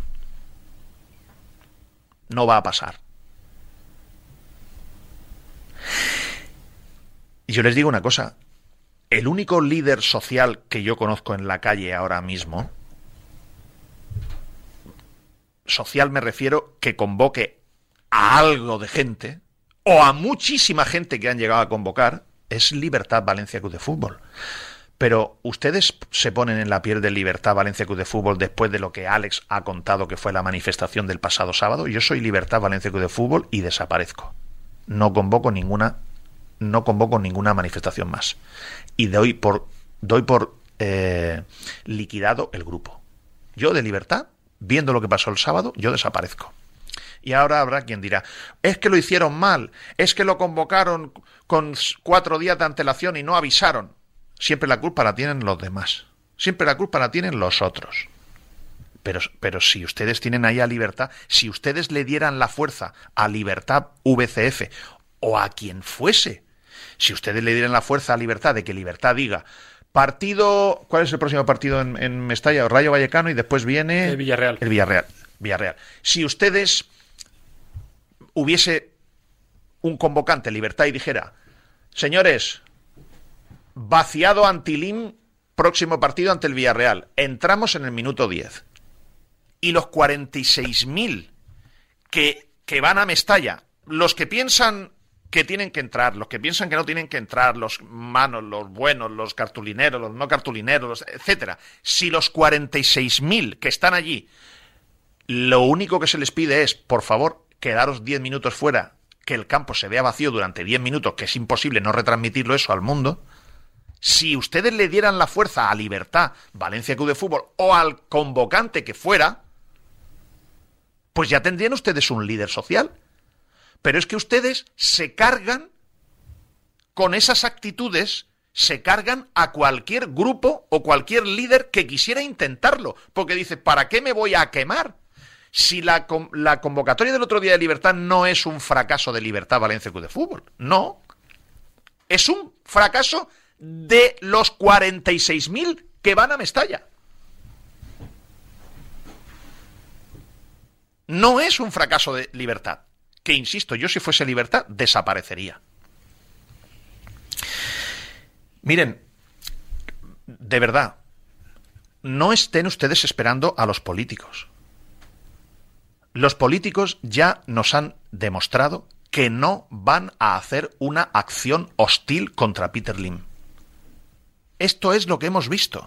No va a pasar. Y yo les digo una cosa, el único líder social que yo conozco en la calle ahora mismo, social me refiero que convoque a algo de gente, o a muchísima gente que han llegado a convocar, es Libertad Valencia Club de Fútbol. Pero ustedes se ponen en la piel de Libertad Valencia Club de Fútbol después de lo que Alex ha contado que fue la manifestación del pasado sábado. Yo soy Libertad Valencia Club de Fútbol y desaparezco. No convoco ninguna, no convoco ninguna manifestación más. Y doy por, doy por eh, liquidado el grupo. Yo de Libertad, viendo lo que pasó el sábado, yo desaparezco. Y ahora habrá quien dirá, es que lo hicieron mal, es que lo convocaron con cuatro días de antelación y no avisaron. Siempre la culpa la tienen los demás. Siempre la culpa la tienen los otros. Pero, pero si ustedes tienen ahí a Libertad, si ustedes le dieran la fuerza a Libertad V C F o a quien fuese, si ustedes le dieran la fuerza a Libertad de que Libertad diga, partido, ¿cuál es el próximo partido en, en Mestalla? Rayo Vallecano, y después viene el Villarreal. El Villarreal. Villarreal. Si ustedes hubiese un convocante, Libertad, y dijera, señores, vaciado Antilín, próximo partido ante el Villarreal, entramos en el minuto diez, y los cuarenta y seis mil que, que van a Mestalla, los que piensan que tienen que entrar, los que piensan que no tienen que entrar, los manos, los buenos, los cartulineros, los no cartulineros, los, etcétera. Si los cuarenta y seis mil que están allí, lo único que se les pide es, por favor, quedaros diez minutos fuera, que el campo se vea vacío durante diez minutos, que es imposible no retransmitirlo eso al mundo. Si ustedes le dieran la fuerza a Libertad, Valencia Club de Fútbol, o al convocante que fuera, pues ya tendrían ustedes un líder social. Pero es que ustedes se cargan, con esas actitudes, se cargan a cualquier grupo o cualquier líder que quisiera intentarlo. Porque dice, ¿para qué me voy a quemar? Si la, la convocatoria del otro día de Libertad no es un fracaso de Libertad Valencia Club de Fútbol, no. Es un fracaso de los cuarenta y seis mil que van a Mestalla. No es un fracaso de Libertad. Que, insisto, yo si fuese Libertad, desaparecería. Miren, de verdad, no estén ustedes esperando a los políticos. Los políticos ya nos han demostrado que no van a hacer una acción hostil contra Peter Lim. Esto es lo que hemos visto.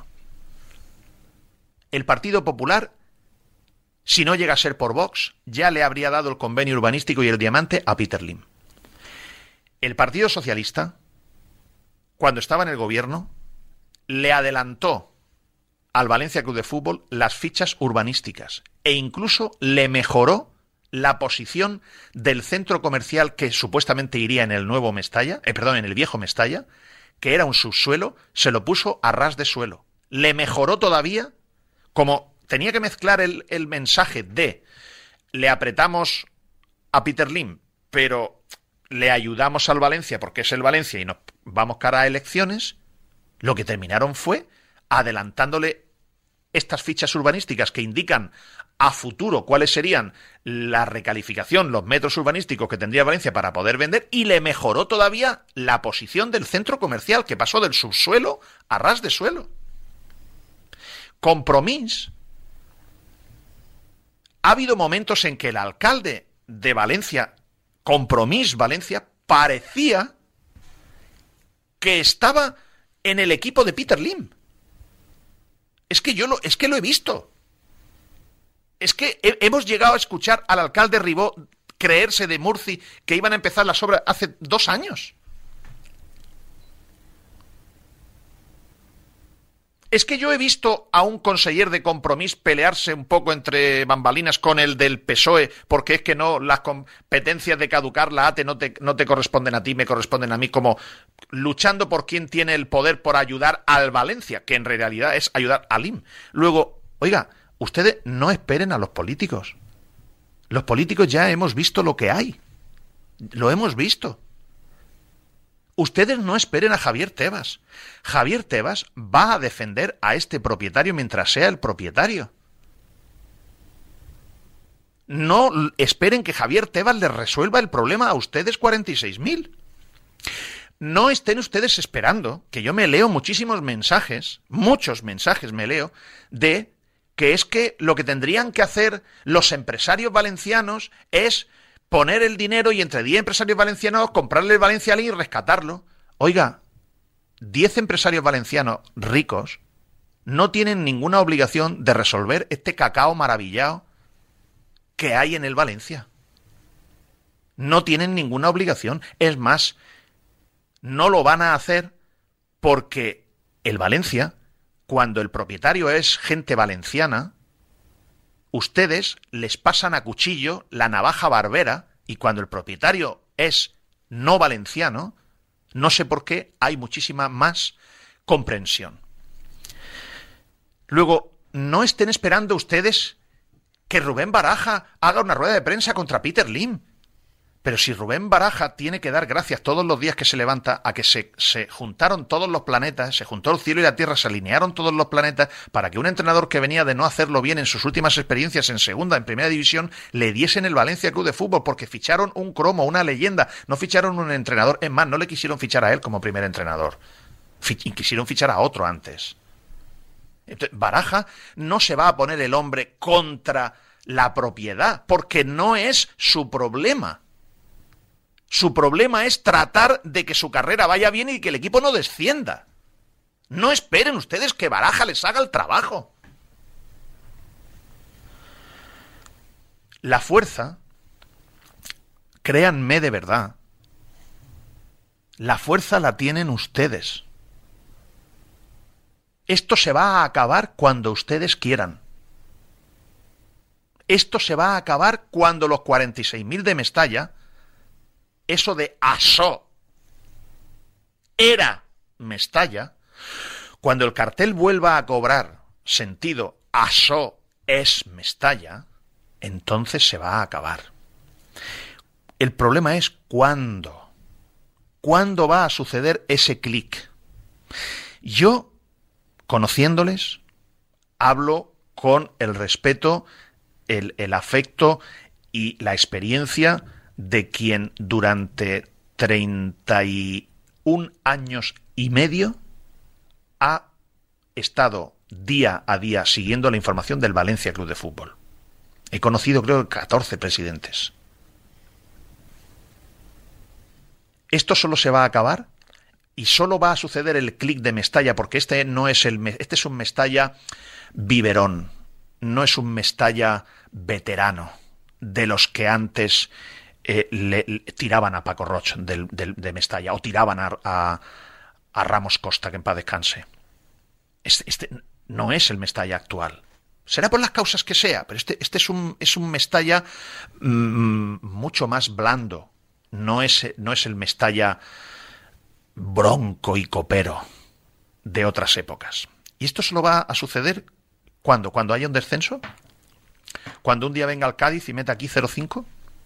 El Partido Popular, si no llega a ser por Vox, ya le habría dado el convenio urbanístico y el diamante a Peter Lim. El Partido Socialista, cuando estaba en el gobierno, le adelantó al Valencia Club de Fútbol las fichas urbanísticas e incluso le mejoró la posición del centro comercial que supuestamente iría en el nuevo Mestalla, eh, perdón, en el viejo Mestalla, que era un subsuelo, se lo puso a ras de suelo. Le mejoró todavía, como tenía que mezclar el, el mensaje de le apretamos a Peter Lim, pero le ayudamos al Valencia porque es el Valencia y nos vamos cara a elecciones. Lo que terminaron fue adelantándole estas fichas urbanísticas que indican a futuro cuáles serían la recalificación, los metros urbanísticos que tendría Valencia para poder vender, y le mejoró todavía la posición del centro comercial, que pasó del subsuelo a ras de suelo. Compromís. Ha habido momentos en que el alcalde de Valencia, Compromís Valencia, parecía que estaba en el equipo de Peter Lim. Es que yo lo, es que lo he visto. Es que he, hemos llegado a escuchar al alcalde Ribó creerse de Murci que iban a empezar las obras hace dos años. Es que yo he visto a un conseller de Compromís pelearse un poco entre bambalinas con el del P S O E, porque es que no, las competencias de caducar la A T E no te, no te corresponden a ti, me corresponden a mí, como luchando por quién tiene el poder por ayudar al Valencia, que en realidad es ayudar al I M. Luego, oiga, ustedes no esperen a los políticos. Los políticos ya hemos visto lo que hay. Lo hemos visto. Ustedes no esperen a Javier Tebas. Javier Tebas va a defender a este propietario mientras sea el propietario. No esperen que Javier Tebas les resuelva el problema a ustedes cuarenta y seis mil. No estén ustedes esperando, que yo me leo muchísimos mensajes, muchos mensajes me leo, de que es que lo que tendrían que hacer los empresarios valencianos es poner el dinero y entre diez empresarios valencianos comprarle el Valencia y rescatarlo. Oiga, diez empresarios valencianos ricos no tienen ninguna obligación de resolver este cacao maravillado que hay en el Valencia. No tienen ninguna obligación. Es más, no lo van a hacer porque el Valencia, cuando el propietario es gente valenciana, ustedes les pasan a cuchillo la navaja barbera, y cuando el propietario es no valenciano, no sé por qué hay muchísima más comprensión. Luego, no estén esperando ustedes que Rubén Baraja haga una rueda de prensa contra Peter Lim. Pero si Rubén Baraja tiene que dar gracias todos los días que se levanta a que se, se juntaron todos los planetas, se juntó el cielo y la tierra, se alinearon todos los planetas para que un entrenador que venía de no hacerlo bien en sus últimas experiencias en segunda, en primera división, le diesen el Valencia Club de Fútbol, porque ficharon un cromo, una leyenda, no ficharon un entrenador. Es más, no le quisieron fichar a él como primer entrenador, y quisieron fichar a otro antes. Entonces, Baraja no se va a poner el hombre contra la propiedad, porque no es su problema. Su problema es tratar de que su carrera vaya bien y que el equipo no descienda. No esperen ustedes que Baraja les haga el trabajo. La fuerza, créanme de verdad, la fuerza la tienen ustedes. Esto se va a acabar cuando ustedes quieran. Esto se va a acabar cuando los cuarenta y seis mil de Mestalla, eso de asó, era Mestalla, cuando el cartel vuelva a cobrar sentido, asó es Mestalla, entonces se va a acabar. El problema es cuándo. ¿Cuándo va a suceder ese clic? Yo, conociéndoles, hablo con el respeto, el, el afecto y la experiencia de quien durante treinta y un años y medio ha estado día a día siguiendo la información del Valencia Club de Fútbol. He conocido, creo, catorce presidentes. Esto solo se va a acabar y solo va a suceder el clic de Mestalla, porque este no es el este es un Mestalla biberón, no es un Mestalla veterano de los que antes eh, le, le tiraban a Paco Roch del, del, de Mestalla o tiraban a, a, a Ramos Costa, que en paz descanse. Este, este no es el Mestalla actual. Será por las causas que sea, pero este, este es un es un Mestalla mmm, mucho más blando. No es, no es el Mestalla bronco y copero de otras épocas. ¿Y esto solo va a suceder cuándo? ¿Cuando haya un descenso? ¿Cuando un día venga el Cádiz y meta aquí cero cinco?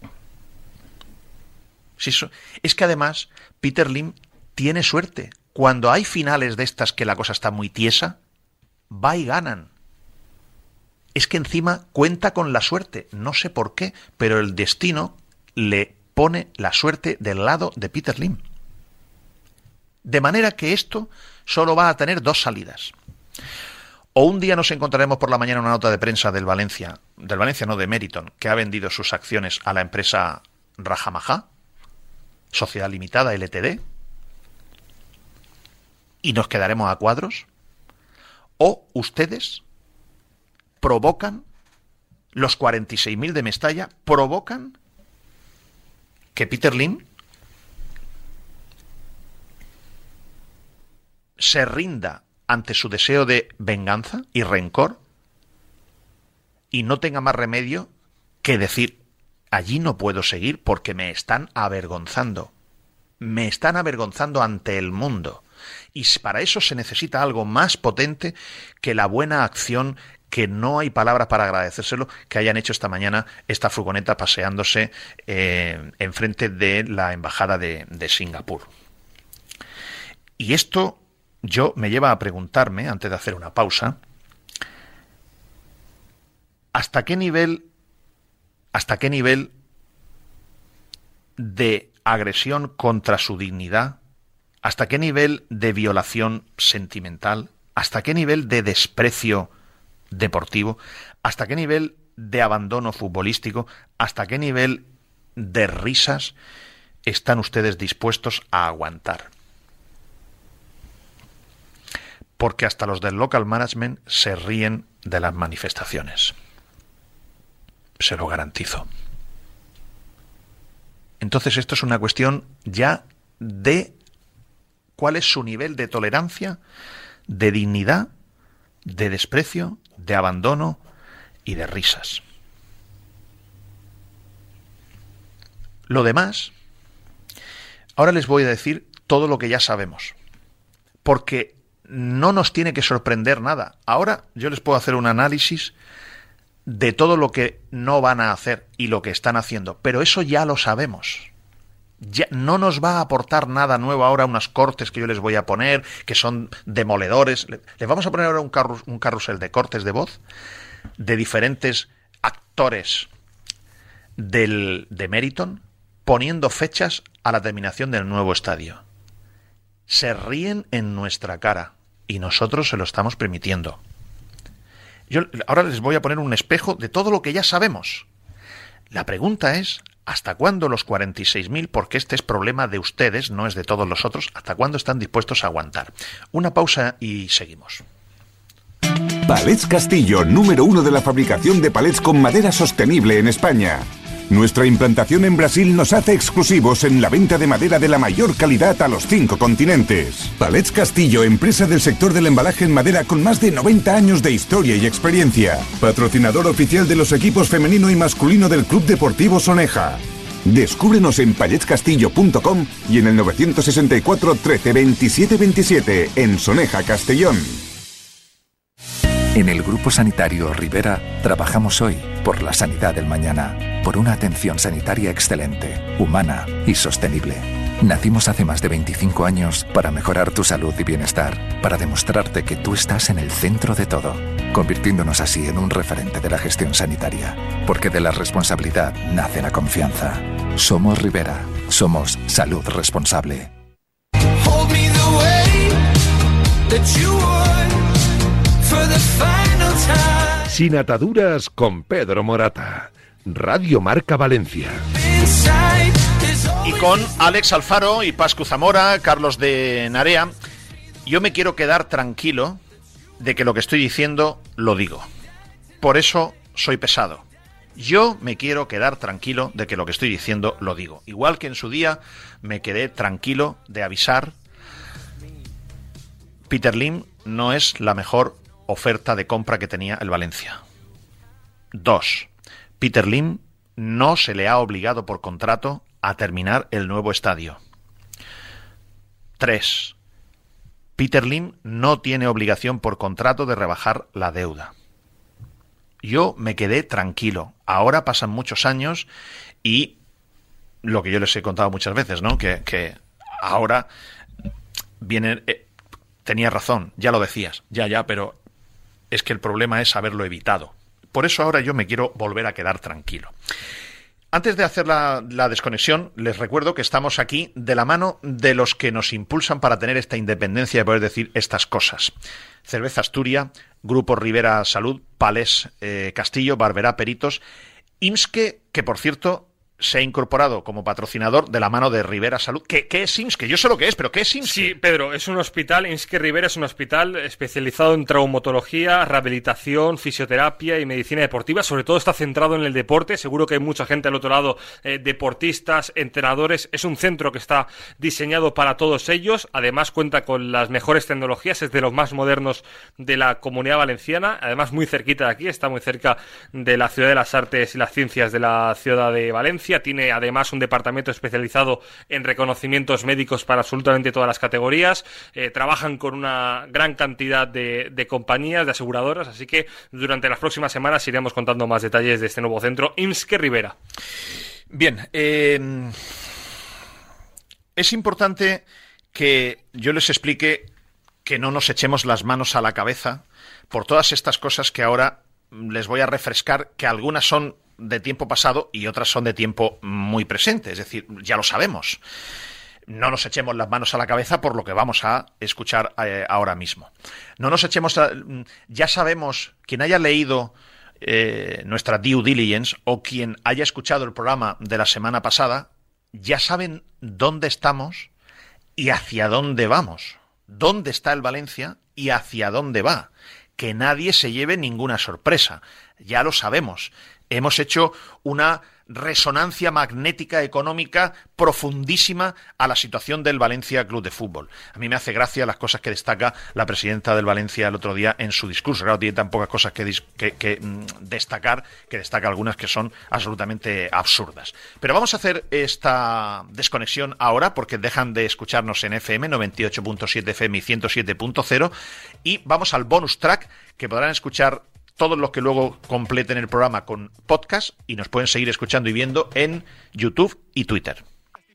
Sí, es que además Peter Lim tiene suerte. Cuando hay finales de estas que la cosa está muy tiesa, va y ganan. Es que encima cuenta con la suerte. No sé por qué, pero el destino le pone la suerte del lado de Peter Lim. De manera que esto solo va a tener dos salidas. O un día nos encontraremos por la mañana una nota de prensa del Valencia, del Valencia no, de Meriton, que ha vendido sus acciones a la empresa Rajamajá, Sociedad Limitada, L T D, y nos quedaremos a cuadros. O ustedes provocan, los cuarenta y seis mil de Mestalla, provocan que Peter Lim se rinda ante su deseo de venganza y rencor y no tenga más remedio que decir: allí no puedo seguir porque me están avergonzando. Me están avergonzando ante el mundo. Y para eso se necesita algo más potente que la buena acción, que no hay palabras para agradecérselo, que hayan hecho esta mañana esta furgoneta paseándose eh, enfrente de la embajada de, de Singapur. Y esto yo me lleva a preguntarme, antes de hacer una pausa, ¿hasta qué nivel, hasta qué nivel de agresión contra su dignidad, hasta qué nivel de violación sentimental, hasta qué nivel de desprecio deportivo, hasta qué nivel de abandono futbolístico, hasta qué nivel de risas están ustedes dispuestos a aguantar? Porque hasta los del local management se ríen de las manifestaciones. Se lo garantizo. Entonces esto es una cuestión ya de cuál es su nivel de tolerancia, de dignidad, de desprecio, de abandono y de risas. Lo demás, ahora les voy a decir todo lo que ya sabemos, porque no nos tiene que sorprender nada. Ahora yo les puedo hacer un análisis de todo lo que no van a hacer y lo que están haciendo, pero eso ya lo sabemos. Ya no nos va a aportar nada nuevo ahora unas cortes que yo les voy a poner, que son demoledores. Les vamos a poner ahora un, carrus, un carrusel de cortes de voz de diferentes actores del, de Meriton poniendo fechas a la terminación del nuevo estadio. Se ríen en nuestra cara y nosotros se lo estamos permitiendo. Yo ahora les voy a poner un espejo de todo lo que ya sabemos. La pregunta es: ¿hasta cuándo los cuarenta y seis mil, porque este es problema de ustedes, no es de todos los otros, hasta cuándo están dispuestos a aguantar? Una pausa y seguimos. Palets Castillo, número uno de la fabricación de palets con madera sostenible en España. Nuestra implantación en Brasil nos hace exclusivos en la venta de madera de la mayor calidad a los cinco continentes. Palets Castillo, empresa del sector del embalaje en madera con más de noventa años de historia y experiencia. Patrocinador oficial de los equipos femenino y masculino del Club Deportivo Soneja. Descúbrenos en palets castillo punto com y en el novecientos sesenta y cuatro trece veintisiete veintisiete en Soneja, Castellón. En el Grupo Sanitario Rivera trabajamos hoy por la sanidad del mañana, por una atención sanitaria excelente, humana y sostenible. Nacimos hace más de veinticinco años para mejorar tu salud y bienestar, para demostrarte que tú estás en el centro de todo, convirtiéndonos así en un referente de la gestión sanitaria. Porque de la responsabilidad nace la confianza. Somos Rivera, somos salud responsable. Sin ataduras con Pedro Morata. Radio Marca Valencia. Y con Alex Alfaro y Pascu Zamora, Carlos de Narea, yo me quiero quedar tranquilo de que lo que estoy diciendo lo digo. Por eso soy pesado. Yo me quiero quedar tranquilo de que lo que estoy diciendo lo digo. Igual que en su día me quedé tranquilo de avisar: Peter Lim no es la mejor oferta de compra que tenía el Valencia. Dos. Peter Lim no se le ha obligado por contrato a terminar el nuevo estadio. Tres. Peter Lim no tiene obligación por contrato de rebajar la deuda. Yo me quedé tranquilo. Ahora pasan muchos años y lo que yo les he contado muchas veces, ¿no? Que, que ahora vienen... Eh, tenía razón, ya lo decías, ya, ya, pero es que el problema es haberlo evitado. Por eso ahora yo me quiero volver a quedar tranquilo. Antes de hacer la, la desconexión, les recuerdo que estamos aquí de la mano de los que nos impulsan para tener esta independencia de poder decir estas cosas. Cerveza Asturia, Grupo Rivera Salud, Palés eh, Castillo, Barberá Peritos, IMSSQUE, que por cierto se ha incorporado como patrocinador de la mano de Rivera Salud. ¿Qué, qué es IMSSQUE? Yo sé lo que es, pero ¿qué es IMSSQUE? Sí, Pedro, es un hospital, IMSSQUE Rivera es un hospital especializado en traumatología, rehabilitación, fisioterapia y medicina deportiva. Sobre todo está centrado en el deporte. Seguro que hay mucha gente al otro lado, eh, deportistas, entrenadores. Es un centro que está diseñado para todos ellos. Además cuenta con las mejores tecnologías, es de los más modernos de la Comunidad Valenciana. Además muy cerquita de aquí, está muy cerca de la Ciudad de las Artes y las Ciencias de la ciudad de Valencia. Tiene además un departamento especializado en reconocimientos médicos para absolutamente todas las categorías. Eh, trabajan con una gran cantidad de, de compañías, de aseguradoras, así que durante las próximas semanas iremos contando más detalles de este nuevo centro, IMSSQUE Rivera. Bien, eh, es importante que yo les explique que no nos echemos las manos a la cabeza por todas estas cosas que ahora les voy a refrescar, que algunas son de tiempo pasado y otras son de tiempo muy presente, es decir, ya lo sabemos. No nos echemos las manos a la cabeza por lo que vamos a escuchar eh, ahora mismo. No nos echemos... A, ya sabemos, quien haya leído eh, nuestra due diligence o quien haya escuchado el programa de la semana pasada, ya saben dónde estamos y hacia dónde vamos. Dónde está el Valencia y hacia dónde va. Que nadie se lleve ninguna sorpresa. Ya lo sabemos. Hemos hecho una resonancia magnética económica profundísima a la situación del Valencia Club de Fútbol. A mí me hace gracia las cosas que destaca la presidenta del Valencia el otro día en su discurso. Claro, tiene tan pocas cosas que, que, que mm, destacar, que destaca algunas que son absolutamente absurdas. Pero vamos a hacer esta desconexión ahora porque dejan de escucharnos en F M, noventa y ocho punto siete F M y ciento siete punto cero, y vamos al bonus track que podrán escuchar todos los que luego completen el programa con podcast y nos pueden seguir escuchando y viendo en YouTube y Twitter.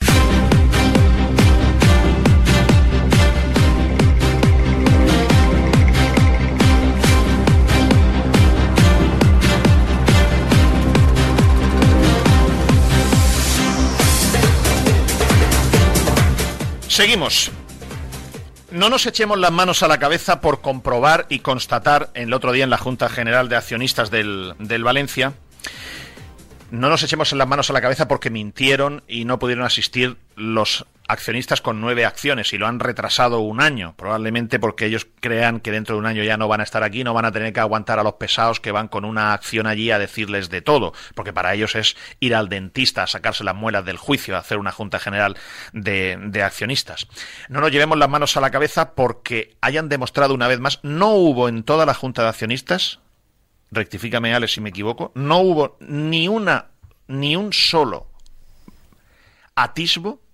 Seguimos. No nos echemos las manos a la cabeza por comprobar y constatar el otro día en la Junta General de Accionistas del, del Valencia. No nos echemos las manos a la cabeza porque mintieron y no pudieron asistir los accionistas con nueve acciones y lo han retrasado un año, probablemente porque ellos crean que dentro de un año ya no van a estar aquí, no van a tener que aguantar a los pesados que van con una acción allí a decirles de todo, porque para ellos es ir al dentista a sacarse las muelas del juicio, a hacer una junta general de, de accionistas. No nos llevemos las manos a la cabeza porque hayan demostrado una vez más, no hubo en toda la junta de accionistas, rectifícame Alex si me equivoco, no hubo ni una, ni un solo atisbo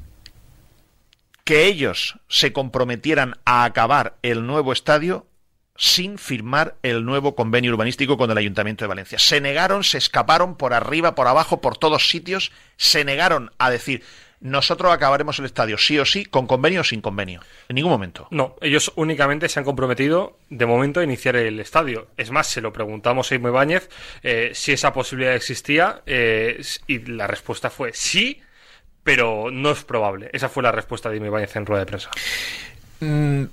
que ellos se comprometieran a acabar el nuevo estadio sin firmar el nuevo convenio urbanístico con el Ayuntamiento de Valencia. Se negaron, se escaparon por arriba, por abajo, por todos sitios, se negaron a decir: nosotros acabaremos el estadio sí o sí, con convenio o sin convenio. En ningún momento. No, ellos únicamente se han comprometido de momento a iniciar el estadio. Es más, se lo preguntamos a Immo Ibáñez eh, si esa posibilidad existía eh, y la respuesta fue sí, pero no es probable. Esa fue la respuesta de Immo Ibáñez en rueda de prensa. Mm,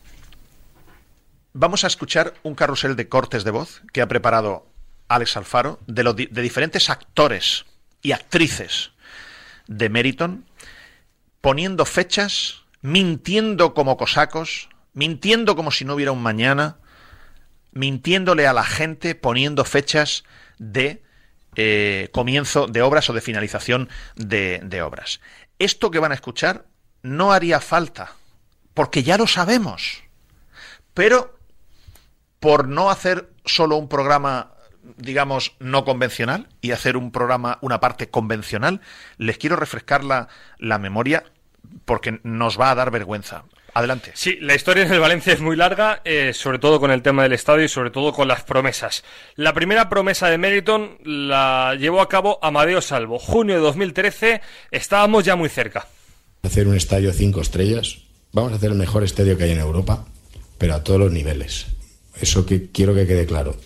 vamos a escuchar un carrusel de cortes de voz que ha preparado Alex Alfaro de, lo di- de diferentes actores y actrices de Meriton, poniendo fechas, mintiendo como cosacos, mintiendo como si no hubiera un mañana, mintiéndole a la gente, poniendo fechas de eh, comienzo de obras o de finalización de, de obras. Esto que van a escuchar no haría falta, porque ya lo sabemos, pero por no hacer solo un programa, digamos, no convencional y hacer un programa, una parte convencional, les quiero refrescar la, la memoria porque nos va a dar vergüenza. Adelante. Sí, la historia en el Valencia es muy larga, eh, sobre todo con el tema del estadio y sobre todo con las promesas. La primera promesa de Meriton la llevó a cabo Amadeo Salvo. Junio de dos mil trece, estábamos ya muy cerca. Hacer un estadio cinco estrellas, vamos a hacer el mejor estadio que hay en Europa, pero a todos los niveles. Eso que quiero que quede claro.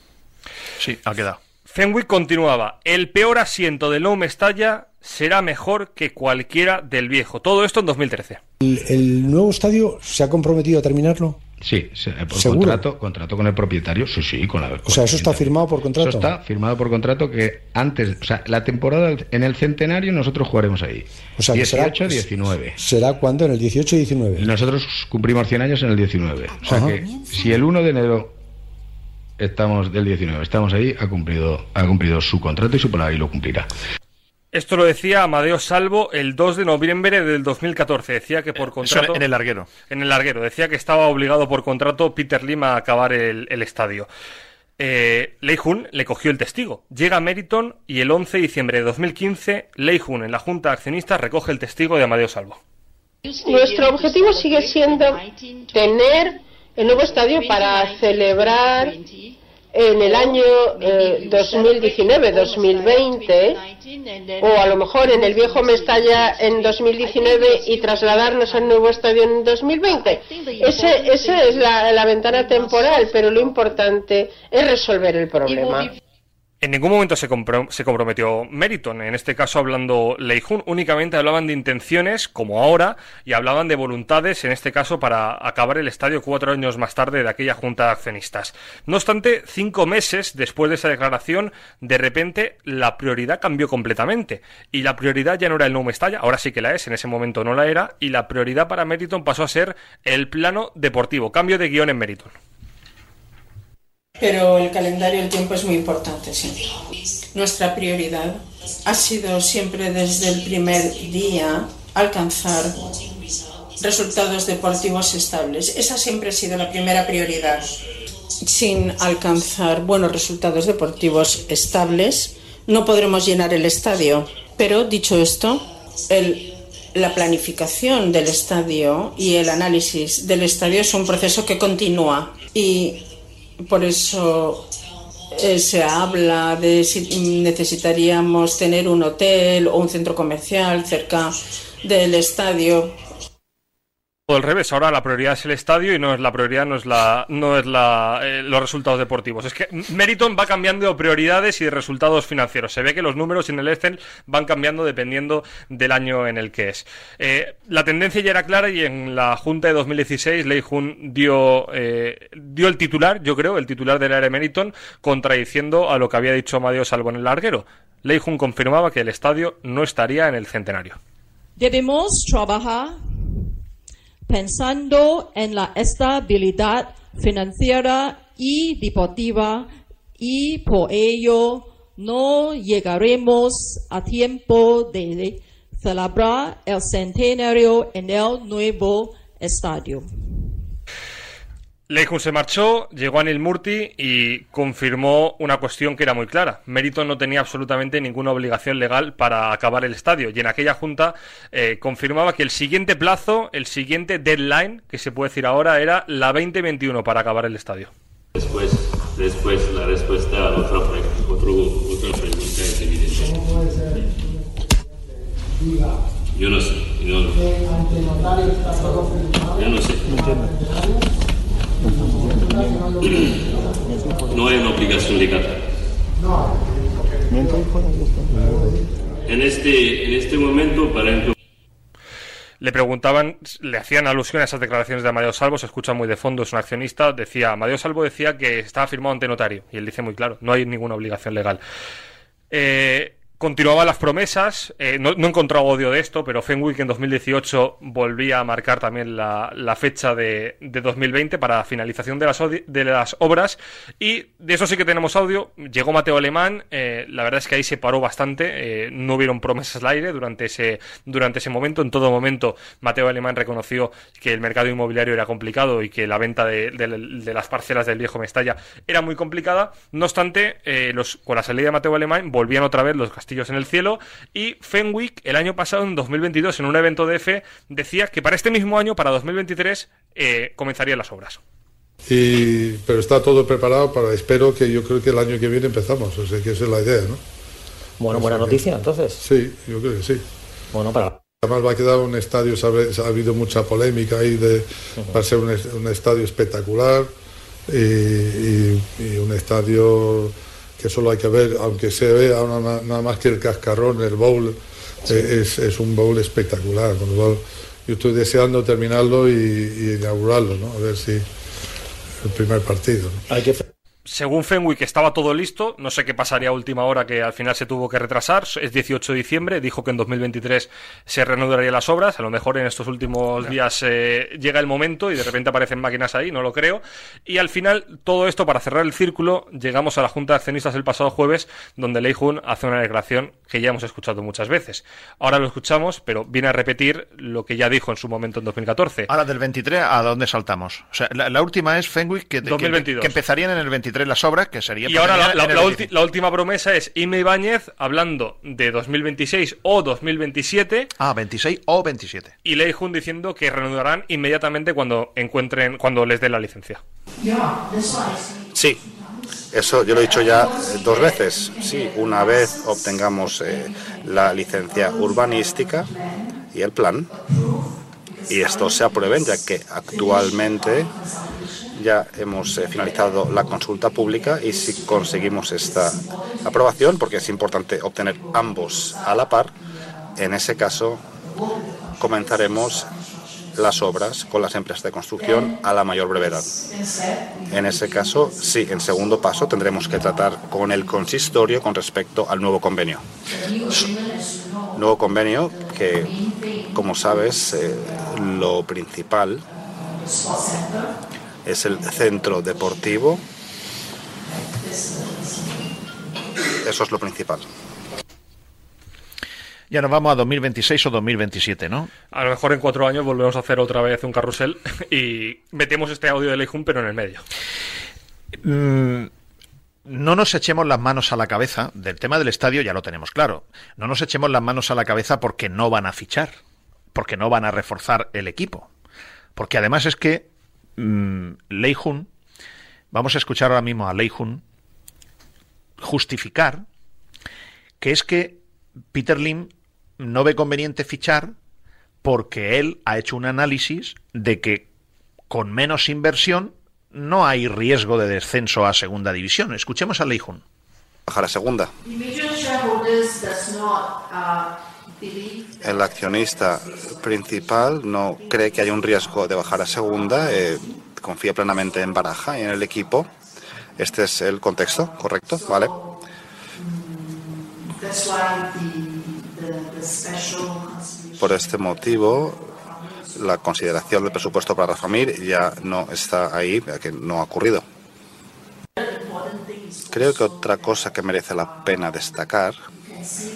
Sí, ha quedado. Fenwick continuaba: el peor asiento del Nou Mestalla será mejor que cualquiera del viejo. Todo esto en dos mil trece. ¿El, el nuevo estadio se ha comprometido a terminarlo? Sí, se, por ¿Seguro? contrato, contrato con el propietario, sí, sí, con la. O sea, eso está firmado por contrato. Eso está firmado por contrato que antes, o sea, la temporada en el centenario nosotros jugaremos ahí. O sea, dieciocho, será, diecinueve. ¿Será cuándo? ¿En el dieciocho y diecinueve? Nosotros cumplimos cien años en el diecinueve. O sea, ajá, que si el uno de enero estamos del diecinueve, estamos ahí, ha cumplido, ha cumplido su contrato y su palabra y lo cumplirá. Esto lo decía Amadeo Salvo el dos de noviembre del dos mil catorce. Decía que por contrato... Eso en el larguero. En el larguero. Decía que estaba obligado por contrato Peter Lim a acabar el, el estadio. Eh, Lei Jun le cogió el testigo. Llega a Meriton y el once de diciembre de dos mil quince, Lei Jun en la Junta de Accionistas recoge el testigo de Amadeo Salvo. Nuestro objetivo sigue siendo tener el nuevo estadio para celebrar en el año eh, dos mil diecinueve dos mil veinte, o a lo mejor en el viejo Mestalla en dos mil diecinueve y trasladarnos al nuevo estadio en dos mil veinte. Ese, esa es la, la ventana temporal, pero lo importante es resolver el problema. En ningún momento se, compro- se comprometió Meriton, en este caso hablando Lei Jun, únicamente hablaban de intenciones, como ahora, y hablaban de voluntades, en este caso para acabar el estadio cuatro años más tarde de aquella junta de accionistas. No obstante, cinco meses después de esa declaración, de repente la prioridad cambió completamente, y la prioridad ya no era el Nou Mestalla, ahora sí que la es, en ese momento no la era, y la prioridad para Meriton pasó a ser el plano deportivo, cambio de guión en Meriton. Pero el calendario y el tiempo es muy importante, sí. Nuestra prioridad ha sido siempre desde el primer día alcanzar resultados deportivos estables. Esa siempre ha sido la primera prioridad. Sin alcanzar buenos resultados deportivos estables, no podremos llenar el estadio. Pero, dicho esto, el, la planificación del estadio y el análisis del estadio es un proceso que continúa. Y por eso eh, se habla de si necesitaríamos tener un hotel o un centro comercial cerca del estadio. O al revés, ahora la prioridad es el estadio y no es la prioridad, no es la, no es la, eh, los resultados deportivos. Es que Meriton va cambiando de prioridades y de resultados financieros. Se ve que los números en el Excel van cambiando dependiendo del año en el que es. Eh, la tendencia ya era clara y en la Junta de dos mil dieciséis Lei Jun dio, eh, dio el titular, yo creo, el titular del área de Meriton, contradiciendo a lo que había dicho Amadeo Salvo en el larguero. Lei Jun confirmaba que el estadio no estaría en el centenario. Debemos trabajar pensando en la estabilidad financiera y deportiva, y por ello no llegaremos a tiempo de celebrar el centenario en el nuevo estadio. Leijun se marchó, llegó Anil Murthy y confirmó una cuestión que era muy clara. Meriton no tenía absolutamente ninguna obligación legal para acabar el estadio, y en aquella junta eh, confirmaba que el siguiente plazo, el siguiente deadline, que se puede decir ahora, era la veinte veintiuno para acabar el estadio. Después, después la respuesta a otra, otro, otra pregunta es evidente. Yo no sé, yo no, yo no sé. No hay una obligación legal. En este, en este momento, para ejemplo, le preguntaban, le hacían alusión a esas declaraciones de Amadeo Salvo, se escucha muy de fondo, es un accionista, decía, Amadeo Salvo decía que estaba firmado ante notario, y él dice muy claro, no hay ninguna obligación legal. Eh... Continuaban las promesas, eh, no, no he encontrado audio de esto, pero Fenwick en dos mil dieciocho volvía a marcar también la, la fecha de, de dos mil veinte para la finalización de las, de las obras, y de eso sí que tenemos audio. Llegó Mateo Alemán, eh, la verdad es que ahí se paró bastante, eh, no hubieron promesas al aire durante ese, durante ese momento. En todo momento Mateo Alemán reconoció que el mercado inmobiliario era complicado y que la venta de, de, de las parcelas del viejo Mestalla era muy complicada. No obstante, eh, los, con la salida de Mateo Alemán volvían otra vez los castillos en el cielo, y Fenwick el año pasado, en dos mil veintidós, en un evento de F, decía que para este mismo año, para dos mil veintitrés, eh, comenzarían las obras. Y, pero está todo preparado para, espero que yo creo que el año que viene empezamos, o sea que esa es la idea, ¿no? Bueno, buena noticia, entonces. Sí, yo creo que sí. Bueno, para... Además va a quedar un estadio, sabe, ha habido mucha polémica ahí, de, uh-huh. va a ser un, un estadio espectacular, y, y, y un estadio que solo hay que ver, aunque se vea nada, nada más que el cascarrón, el bowl, sí. eh, es, es un bowl espectacular, con lo cual yo estoy deseando terminarlo y, y inaugurarlo, ¿no? A ver si el primer partido, ¿no? Hay que... Según Fenwick estaba todo listo, no sé qué pasaría a última hora, que al final se tuvo que retrasar, es dieciocho de diciembre, dijo que en dos mil veintitrés se reanudarían las obras, a lo mejor en estos últimos días eh, llega el momento y de repente aparecen máquinas ahí, no lo creo, y al final todo esto, para cerrar el círculo, llegamos a la Junta de Accionistas el pasado jueves, donde Leijun hace una declaración que ya hemos escuchado muchas veces. Ahora lo escuchamos, pero viene a repetir lo que ya dijo en su momento en dos mil catorce. Ahora del veintitrés, ¿a dónde saltamos? O sea, la, la última es Fenwick, que, dos mil veintidós. que, que empezarían en el veintitrés las obras, que sería... Y ahora la, la, la, ulti, la última promesa es Ime Ibáñez hablando de dos mil veintiséis o dos mil veintisiete. Ah, veintiséis o veintisiete. Y Leijun diciendo que reanudarán inmediatamente cuando encuentren, cuando les dé la licencia. Sí, eso yo lo he dicho ya dos veces. Sí, una vez obtengamos eh, la licencia urbanística y el plan, y estos se aprueben, ya que actualmente ya hemos eh, finalizado la consulta pública, y si conseguimos esta aprobación, porque es importante obtener ambos a la par, en ese caso comenzaremos las obras con las empresas de construcción a la mayor brevedad. En ese caso, sí, en segundo paso tendremos que tratar con el consistorio con respecto al nuevo convenio. Nuevo convenio que, como sabes, eh, lo principal es el centro deportivo. Eso es lo principal. Ya nos vamos a dos mil veintiséis o dos mil veintisiete, ¿no? A lo mejor en cuatro años volvemos a hacer otra vez un carrusel y metemos este audio de Leijun, pero en el medio. Mm, no nos echemos las manos a la cabeza. Del tema del estadio ya lo tenemos claro. No nos echemos las manos a la cabeza porque no van a fichar, porque no van a reforzar el equipo. Porque además es que mmm, Leijun, vamos a escuchar ahora mismo a Leijun justificar que es que Peter Lim no ve conveniente fichar porque él ha hecho un análisis de que con menos inversión no hay riesgo de descenso a segunda división. Escuchemos a Leijun. Bajar a segunda. El accionista principal no cree que haya un riesgo de bajar a segunda, eh, confía plenamente en Baraja y en el equipo. Este es el contexto, ¿correcto? Vale. Por este motivo, la consideración del presupuesto para Rafamir ya no está ahí, que no ha ocurrido. Creo que otra cosa que merece la pena destacar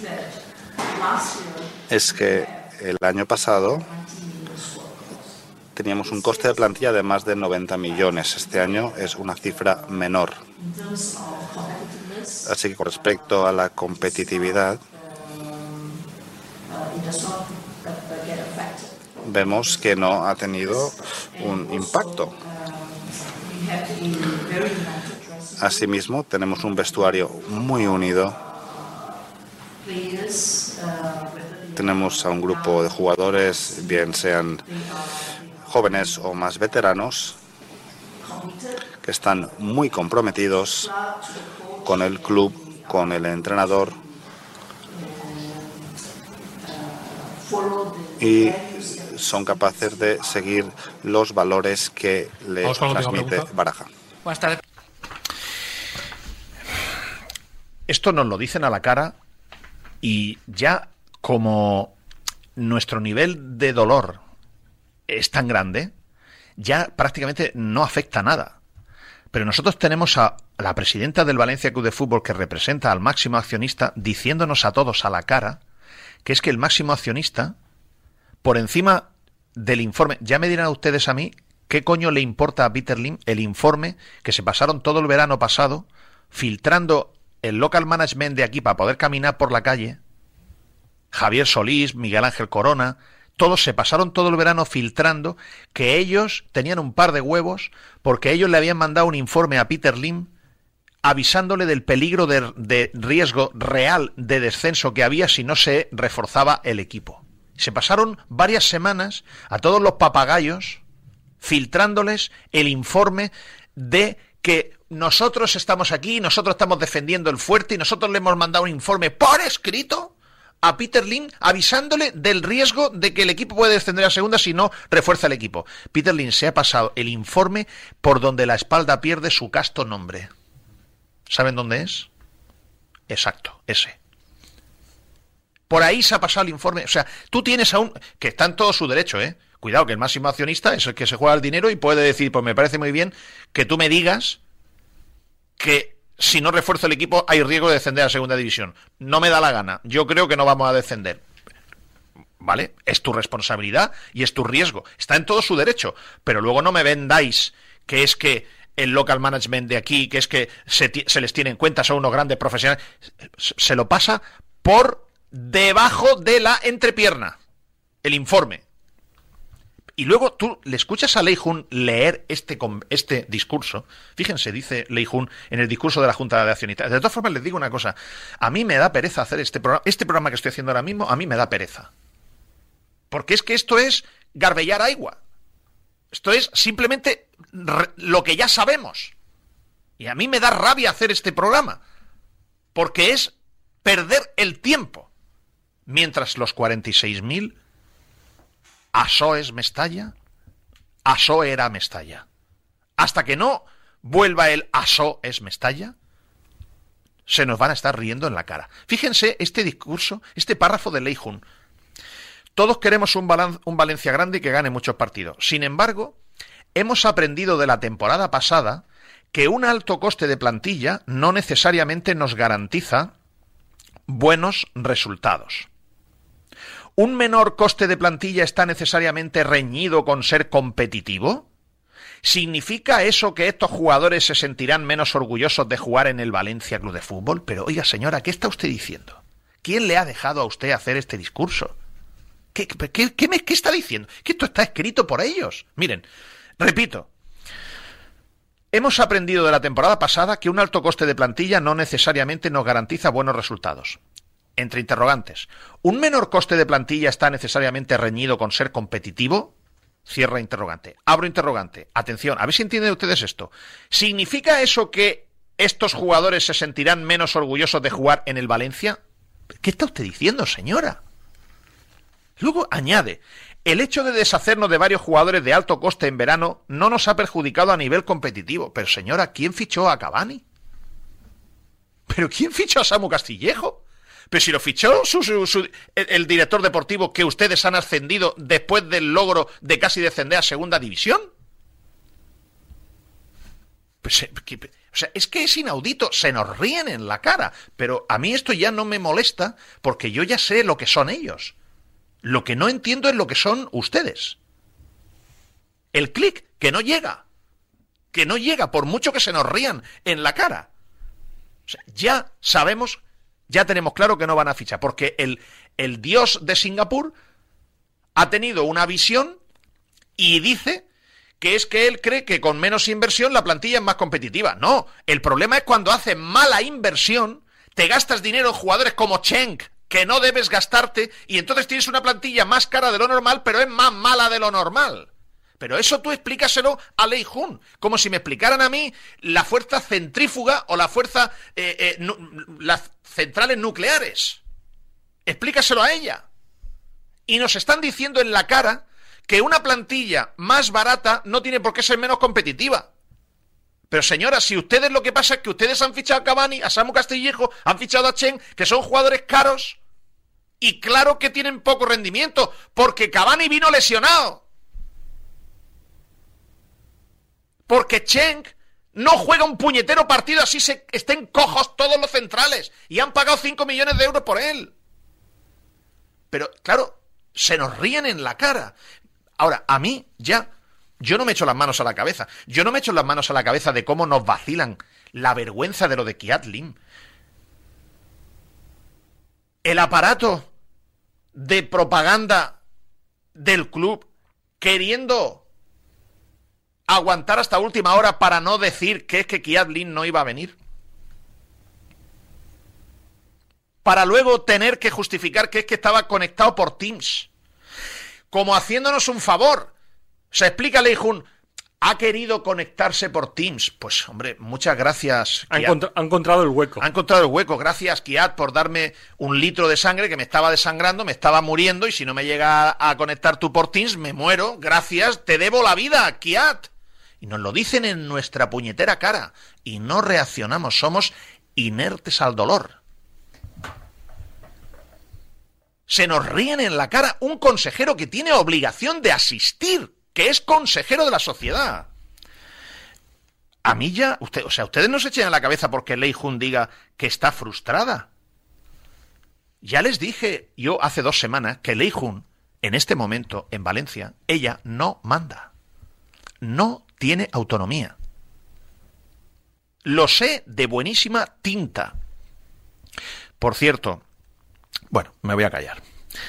es que el año pasado teníamos un coste de plantilla de más de noventa millones. Este año es una cifra menor. Así que con respecto a la competitividad, vemos que no ha tenido un impacto. Asimismo, tenemos un vestuario muy unido. Tenemos a un grupo de jugadores, bien sean jóvenes o más veteranos, que están muy comprometidos con el club, con el entrenador, y son capaces de seguir los valores que le transmite Baraja. Buenas tardes. Esto nos lo dicen a la cara y ya como nuestro nivel de dolor es tan grande, ya prácticamente no afecta nada. Pero nosotros tenemos a la presidenta del Valencia Club de Fútbol, que representa al máximo accionista, diciéndonos a todos a la cara que es que el máximo accionista, por encima del informe, ya me dirán ustedes a mí qué coño le importa a Peter Lim el informe que se pasaron todo el verano pasado filtrando el local management de aquí para poder caminar por la calle. Javier Solís, Miguel Ángel Corona, todos se pasaron todo el verano filtrando que ellos tenían un par de huevos porque ellos le habían mandado un informe a Peter Lim avisándole del peligro de, de riesgo real de descenso que había si no se reforzaba el equipo. Se pasaron varias semanas a todos los papagayos filtrándoles el informe de que nosotros estamos aquí, nosotros estamos defendiendo el fuerte y nosotros le hemos mandado un informe por escrito a Peter Lim avisándole del riesgo de que el equipo puede descender a segunda si no refuerza el equipo. Peter Lim se ha pasado el informe por donde la espalda pierde su casto nombre. ¿Saben dónde es? Exacto, ese. Por ahí se ha pasado el informe. O sea, tú tienes a un... que está en todo su derecho, ¿eh? Cuidado, que el máximo accionista es el que se juega el dinero y puede decir, pues me parece muy bien que tú me digas que si no refuerzo el equipo hay riesgo de descender a segunda división. No me da la gana. Yo creo que no vamos a descender. ¿Vale? Es tu responsabilidad y es tu riesgo. Está en todo su derecho. Pero luego no me vendáis que es que el local management de aquí, que es que se, se les tiene en cuenta, son unos grandes profesionales. Se lo pasa por debajo de la entrepierna el informe. Y luego tú le escuchas a Lei Jun leer este, este discurso. Fíjense, dice Lei Jun en el discurso de la Junta de Accionistas. De todas formas, les digo una cosa. A mí me da pereza hacer este programa. Este programa que estoy haciendo ahora mismo, a mí me da pereza. Porque es que esto es garbellar agua. Esto es simplemente lo que ya sabemos. Y a mí me da rabia hacer este programa. Porque es perder el tiempo. Mientras los cuarenta y seis mil... A S O es Mestalla, A S O era Mestalla. Hasta que no vuelva el A S O es Mestalla, se nos van a estar riendo en la cara. Fíjense este discurso, este párrafo de Lei Jun. Todos queremos un, balan- un Valencia grande y que gane muchos partidos. Sin embargo, hemos aprendido de la temporada pasada que un alto coste de plantilla no necesariamente nos garantiza buenos resultados. ¿Un menor coste de plantilla está necesariamente reñido con ser competitivo? ¿Significa eso que estos jugadores se sentirán menos orgullosos de jugar en el Valencia Club de Fútbol? Pero oiga, señora, ¿qué está usted diciendo? ¿Quién le ha dejado a usted hacer este discurso? ¿Qué, qué, qué, me, qué está diciendo? Que esto está escrito por ellos. Miren, repito. Hemos aprendido de la temporada pasada que un alto coste de plantilla no necesariamente nos garantiza buenos resultados. Entre interrogantes. ¿Un menor coste de plantilla está necesariamente reñido con ser competitivo? Cierra interrogante. Abro interrogante. Atención, a ver si entienden ustedes esto. ¿Significa eso que estos jugadores se sentirán menos orgullosos de jugar en el Valencia? ¿Qué está usted diciendo, señora? Luego añade, el hecho de deshacernos de varios jugadores de alto coste en verano no nos ha perjudicado a nivel competitivo. Pero señora, ¿quién fichó a Cavani? ¿Pero quién fichó a Samu Castillejo? Pero si lo fichó su, su, su, el, el director deportivo que ustedes han ascendido después del logro de casi descender a segunda división. Pues, que, o sea, es que es inaudito, se nos ríen en la cara. Pero a mí esto ya no me molesta porque yo ya sé lo que son ellos. Lo que no entiendo es lo que son ustedes. El clic, que no llega. Que no llega, por mucho que se nos rían en la cara. O sea, ya sabemos, ya tenemos claro que no van a fichar, porque el, el dios de Singapur ha tenido una visión y dice que es que él cree que con menos inversión la plantilla es más competitiva. No, el problema es cuando haces mala inversión, te gastas dinero en jugadores como Cheng, que no debes gastarte, y entonces tienes una plantilla más cara de lo normal, pero es más mala de lo normal. Pero eso tú explícaselo a Lei Jun, como si me explicaran a mí la fuerza centrífuga o la fuerza, eh, eh, nu las centrales nucleares. Explícaselo a ella. Y nos están diciendo en la cara que una plantilla más barata no tiene por qué ser menos competitiva. Pero señora, si ustedes lo que pasa es que ustedes han fichado a Cavani, a Samu Castillejo, han fichado a Chen, que son jugadores caros, y claro que tienen poco rendimiento, porque Cavani vino lesionado. Porque Cheng no juega un puñetero partido, así se estén cojos todos los centrales, y han pagado cinco millones de euros por él. Pero, claro, se nos ríen en la cara. Ahora, a mí, ya, yo no me echo las manos a la cabeza. Yo no me echo las manos a la cabeza de cómo nos vacilan la vergüenza de lo de Kiat Lim. El aparato de propaganda del club queriendo aguantar hasta última hora para no decir que es que Kiat Lim no iba a venir. Para luego tener que justificar que es que estaba conectado por Teams. Como haciéndonos un favor. Se explica Lei Jun, ha querido conectarse por Teams. Pues, hombre, muchas gracias, Ha, encontr ha encontrado el hueco. Ha encontrado el hueco. Gracias, Kiat, por darme un litro de sangre que me estaba desangrando, me estaba muriendo, y si no me llega a, a conectar tú por Teams, me muero. Gracias, te debo la vida, Kiat. Y nos lo dicen en nuestra puñetera cara. Y no reaccionamos, somos inertes al dolor. Se nos ríen en la cara un consejero que tiene obligación de asistir, que es consejero de la sociedad. A mí ya, usted, o sea, ustedes no se echen a la cabeza porque Lei Jun diga que está frustrada. Ya les dije yo hace dos semanas que Lei Jun, en este momento, en Valencia, ella no manda. No tiene autonomía. Lo sé de buenísima tinta. Por cierto, bueno, me voy a callar.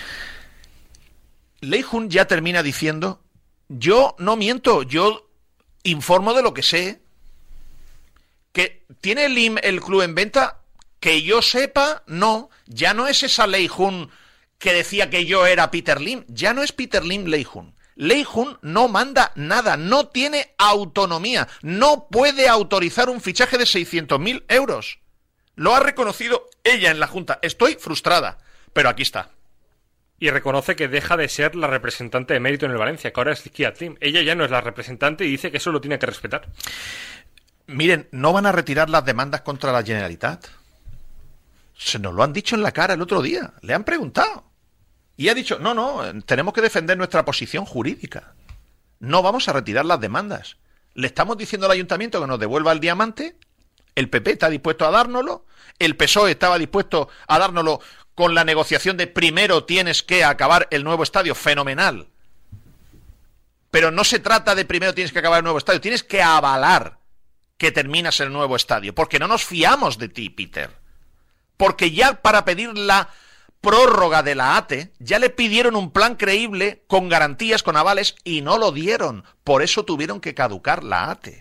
Lei Jun ya termina diciendo: yo no miento, yo informo de lo que sé. Que tiene el, el club en venta, que yo sepa, no. Ya no es esa Lei Jun que decía que yo era Peter Lim. Ya no es Peter Lim Lei Jun. Lei Jun no manda nada, no tiene autonomía, no puede autorizar un fichaje de seiscientos mil euros. Lo ha reconocido ella en la Junta. Estoy frustrada, pero aquí está. Y reconoce que deja de ser la representante de mérito en el Valencia, que ahora es Kiat Lim. Ella ya no es la representante y dice que eso lo tiene que respetar. Miren, ¿no van a retirar las demandas contra la Generalitat? Se nos lo han dicho en la cara el otro día, le han preguntado. Y ha dicho, no, no, tenemos que defender nuestra posición jurídica. No vamos a retirar las demandas. Le estamos diciendo al ayuntamiento que nos devuelva el diamante, el P P está dispuesto a dárnoslo, el P S O E estaba dispuesto a dárnoslo con la negociación de primero tienes que acabar el nuevo estadio, fenomenal. Pero no se trata de primero tienes que acabar el nuevo estadio, tienes que avalar que terminas el nuevo estadio, porque no nos fiamos de ti, Peter. Porque ya para pedir la prórroga de la ATE, ya le pidieron un plan creíble, con garantías, con avales, y no lo dieron. Por eso tuvieron que caducar la ATE.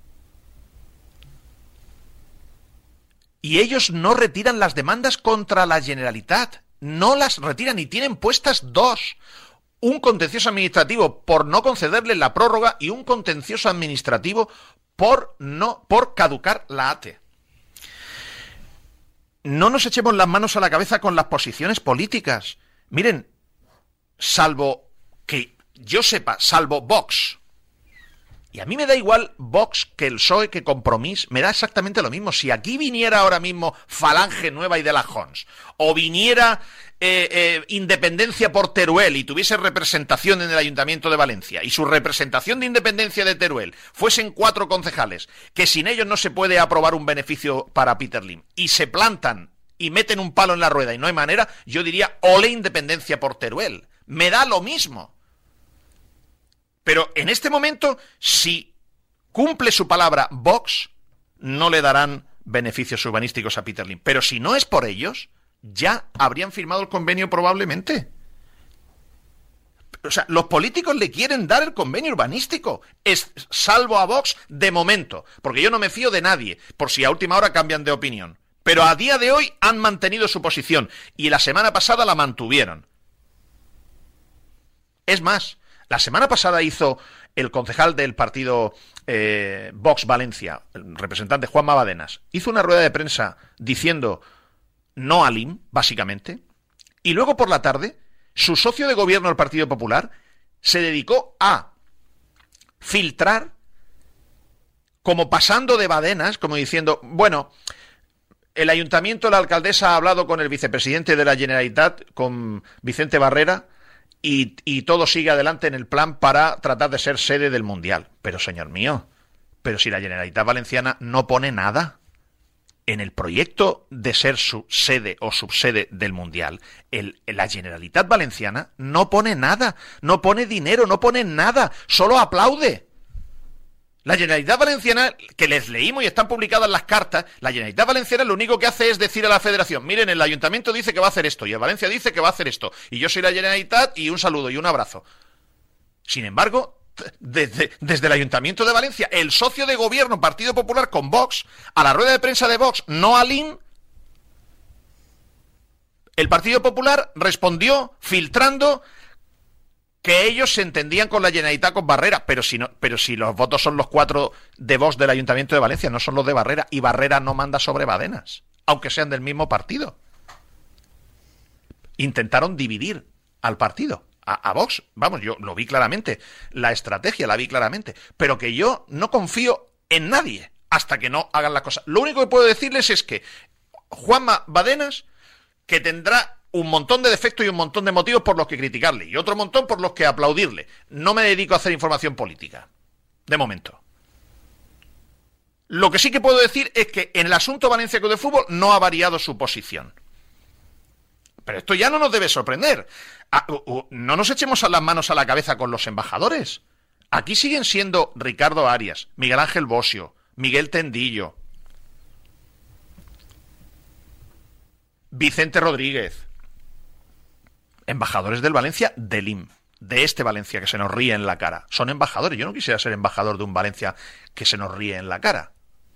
Y ellos no retiran las demandas contra la Generalitat. No las retiran y tienen puestas dos. Un contencioso administrativo por no concederle la prórroga y un contencioso administrativo por, no, por caducar la ATE. No nos echemos las manos a la cabeza con las posiciones políticas. Miren, salvo que yo sepa, salvo Vox, y a mí me da igual Vox que el P S O E, que Compromís, me da exactamente lo mismo. Si aquí viniera ahora mismo Falange Nueva y de la Jons, o viniera eh, eh, Independencia por Teruel y tuviese representación en el Ayuntamiento de Valencia, y su representación de Independencia de Teruel fuesen cuatro concejales, que sin ellos no se puede aprobar un beneficio para Peter Lim, y se plantan y meten un palo en la rueda y no hay manera, yo diría ole Independencia por Teruel. Me da lo mismo. Pero en este momento, si cumple su palabra Vox, no le darán beneficios urbanísticos a Peter Lim. Pero si no es por ellos, ya habrían firmado el convenio probablemente. O sea, los políticos le quieren dar el convenio urbanístico, es, salvo a Vox de momento, porque yo no me fío de nadie, por si a última hora cambian de opinión. Pero a día de hoy han mantenido su posición, y la semana pasada la mantuvieron. Es más, la semana pasada hizo el concejal del partido eh, Vox Valencia, el representante Juanma Badenas, hizo una rueda de prensa diciendo no al I M, básicamente, y luego por la tarde su socio de gobierno, el Partido Popular, se dedicó a filtrar, como pasando de Badenas, como diciendo, bueno, el ayuntamiento, la alcaldesa ha hablado con el vicepresidente de la Generalitat, con Vicente Barrera, y, y todo sigue adelante en el plan para tratar de ser sede del Mundial. Pero, señor mío, pero si la Generalitat Valenciana no pone nada en el proyecto de ser su sede o subsede del Mundial, el, la Generalitat Valenciana no pone nada, no pone dinero, no pone nada, solo aplaude. La Generalitat Valenciana, que les leímos y están publicadas las cartas, la Generalitat Valenciana lo único que hace es decir a la Federación, miren, el Ayuntamiento dice que va a hacer esto, y el Valencia dice que va a hacer esto, y yo soy la Generalitat, y un saludo y un abrazo. Sin embargo, Desde, desde el Ayuntamiento de Valencia, el socio de gobierno Partido Popular con Vox, a la rueda de prensa de Vox, no al I M, el Partido Popular respondió filtrando que ellos se entendían con la Generalitat, con Barrera, pero si no, pero si los votos son los cuatro de Vox del Ayuntamiento de Valencia, no son los de Barrera, y Barrera no manda sobre Badenas, aunque sean del mismo partido. Intentaron dividir al partido. A, a Vox, vamos, yo lo vi claramente, la estrategia la vi claramente, pero que yo no confío en nadie hasta que no hagan la cosa. Lo único que puedo decirles es que Juanma Badenas, que tendrá un montón de defectos y un montón de motivos por los que criticarle, y otro montón por los que aplaudirle. No me dedico a hacer información política, de momento. Lo que sí que puedo decir es que en el asunto Valencia Club de Fútbol no ha variado su posición. Pero esto ya no nos debe sorprender. Ah, uh, uh, no nos echemos las manos a la cabeza con los embajadores. Aquí siguen siendo Ricardo Arias, Miguel Ángel Bosio, Miguel Tendillo, Vicente Rodríguez, embajadores del Valencia del I M, de este Valencia que se nos ríe en la cara. Son embajadores. Yo no quisiera ser embajador de un Valencia que se nos ríe en la cara.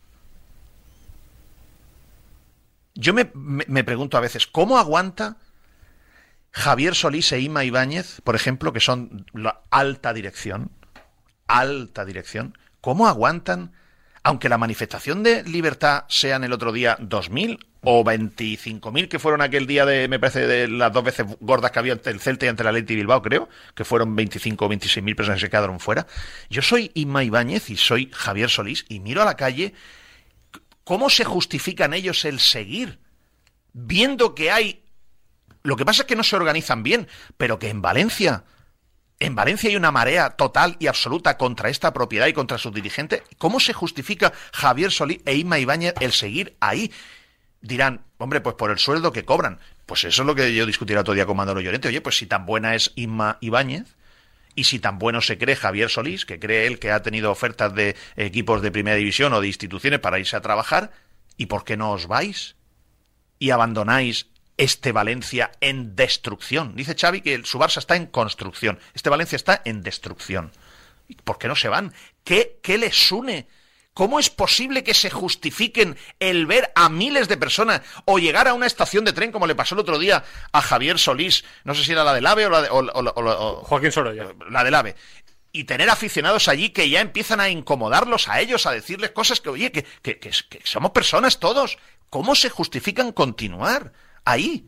Yo me, me, me pregunto a veces, ¿cómo aguanta Javier Solís e Inma Ibáñez, por ejemplo, que son la alta dirección, alta dirección, cómo aguantan, aunque la manifestación de libertad sean el otro día dos mil o veinticinco mil que fueron aquel día de, me parece, de las dos veces gordas que había ante el Celta y ante el Athletic Bilbao, creo, que fueron veinticinco o veintiséis mil personas que se quedaron fuera? Yo soy Inma Ibáñez y soy Javier Solís y miro a la calle. ¿Cómo se justifican ellos el seguir viendo que hay... Lo que pasa es que no se organizan bien, pero que en Valencia, en Valencia hay una marea total y absoluta contra esta propiedad y contra sus dirigentes? ¿Cómo se justifica Javier Solís e Inma Ibáñez el seguir ahí? Dirán, hombre, pues por el sueldo que cobran. Pues eso es lo que yo discutí el otro día con Manolo Llorente. Oye, pues si tan buena es Inma Ibáñez, y si tan bueno se cree Javier Solís, que cree él que ha tenido ofertas de equipos de primera división o de instituciones para irse a trabajar, ¿y por qué no os vais y abandonáis este Valencia en destrucción? Dice Xavi que su Barça está en construcción, este Valencia está en destrucción. ¿Por qué no se van? ¿Qué, qué les une? ¿Cómo es posible que se justifiquen el ver a miles de personas o llegar a una estación de tren como le pasó el otro día a Javier Solís, no sé si era la del AVE o la de... O, o, o, o, Joaquín Sorolla. La del AVE. Y tener aficionados allí que ya empiezan a incomodarlos a ellos, a decirles cosas que, oye, que, que, que, que somos personas todos. ¿Cómo se justifican continuar ahí?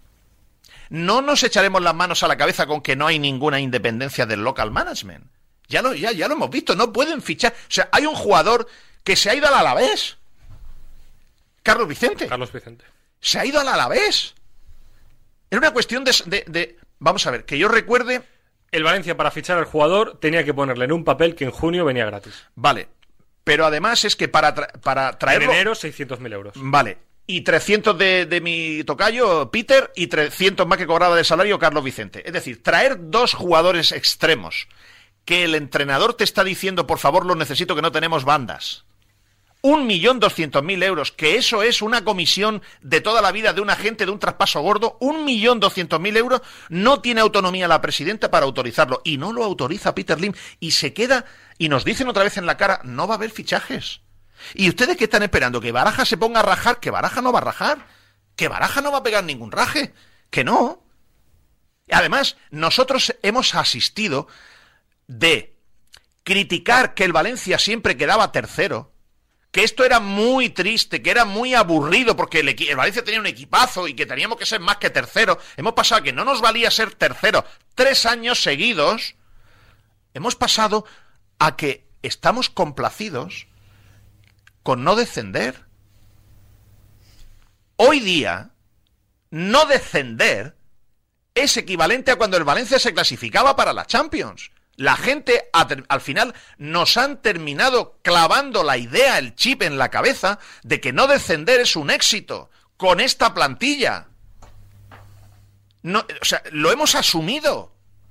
No nos echaremos las manos a la cabeza con que no hay ninguna independencia del local management. Ya lo, ya, ya lo hemos visto, no pueden fichar. O sea, hay un jugador que se ha ido al Alavés. Carlos Vicente. Carlos Vicente. Se ha ido al Alavés. Era una cuestión de, de, de... Vamos a ver, que yo recuerde... El Valencia, para fichar al jugador, tenía que ponerle en un papel que en junio venía gratis. Vale, pero además es que para, tra para traerlo... En enero, seiscientos mil euros. Vale, y trescientos de, de mi tocayo, Peter, y trescientos más que cobraba de salario Carlos Vicente. Es decir, traer dos jugadores extremos que el entrenador te está diciendo, por favor, lo necesito, que no tenemos bandas. Un millón doscientos mil euros, que eso es una comisión de toda la vida de un agente de un traspaso gordo. Un millón doscientos mil euros, no tiene autonomía la presidenta para autorizarlo. Y no lo autoriza Peter Lim. Y se queda, y nos dicen otra vez en la cara, no va a haber fichajes. ¿Y ustedes qué están esperando? ¿Que Baraja se ponga a rajar? Que Baraja no va a rajar. Que Baraja no va a pegar ningún raje. Que no. Además, nosotros hemos asistido de criticar que el Valencia siempre quedaba tercero, que esto era muy triste, que era muy aburrido, porque el, el Valencia tenía un equipazo y que teníamos que ser más que tercero. Hemos pasado a que no nos valía ser tercero tres años seguidos. Hemos pasado a que estamos complacidos con no descender. Hoy día, no descender es equivalente a cuando el Valencia se clasificaba para la Champions. La gente, al final, nos han terminado clavando la idea, el chip en la cabeza, de que no descender es un éxito con esta plantilla. No, o sea, lo hemos asumido.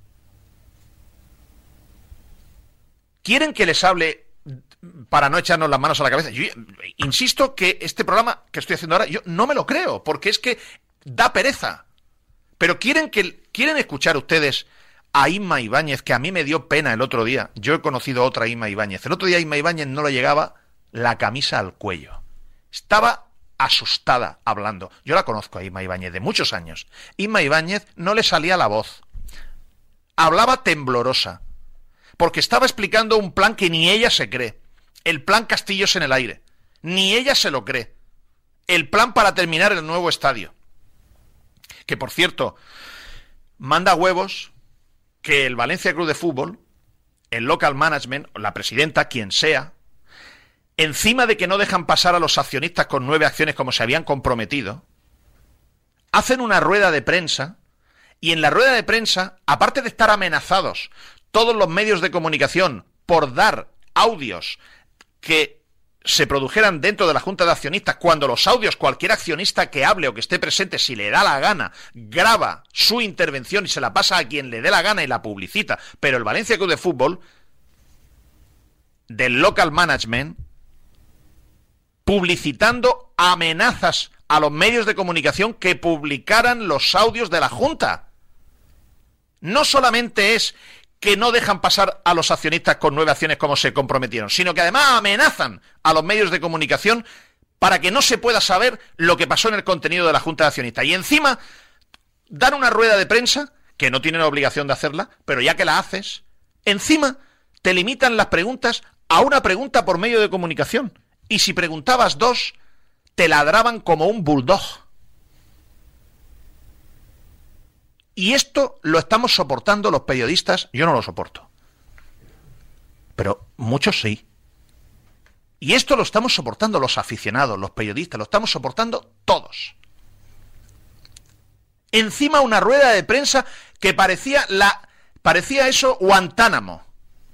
¿Quieren que les hable para no echarnos las manos a la cabeza? Yo insisto que este programa que estoy haciendo ahora, yo no me lo creo, porque es que da pereza. Pero quieren que quieren escuchar ustedes a Inma Ibáñez, que a mí me dio pena el otro día. Yo he conocido a otra Inma Ibáñez. El otro día Inma Ibáñez no le llegaba la camisa al cuello. Estaba asustada hablando. Yo la conozco a Inma Ibáñez de muchos años. Inma Ibáñez no le salía la voz. Hablaba temblorosa. Porque estaba explicando un plan que ni ella se cree. El plan Castillos en el aire. Ni ella se lo cree. El plan para terminar el nuevo estadio. Que, por cierto, manda huevos que el Valencia Club de Fútbol, el local management, la presidenta, quien sea, encima de que no dejan pasar a los accionistas con nueve acciones como se habían comprometido, hacen una rueda de prensa, y en la rueda de prensa, aparte de estar amenazados todos los medios de comunicación por dar audios que se produjeran dentro de la Junta de Accionistas, cuando los audios, cualquier accionista que hable o que esté presente, si le da la gana, graba su intervención y se la pasa a quien le dé la gana y la publicita, pero el Valencia Club de Fútbol, del local management, publicitando amenazas a los medios de comunicación que publicaran los audios de la Junta. No solamente es que no dejan pasar a los accionistas con nueve acciones como se comprometieron, sino que además amenazan a los medios de comunicación para que no se pueda saber lo que pasó en el contenido de la Junta de Accionistas. Y encima dan una rueda de prensa, que no tienen obligación de hacerla, pero ya que la haces, encima te limitan las preguntas a una pregunta por medio de comunicación. Y si preguntabas dos, te ladraban como un bulldog. Y esto lo estamos soportando los periodistas. Yo no lo soporto, pero muchos sí. Y esto lo estamos soportando los aficionados, los periodistas, lo estamos soportando todos. Encima una rueda de prensa que parecía la parecía eso Guantánamo.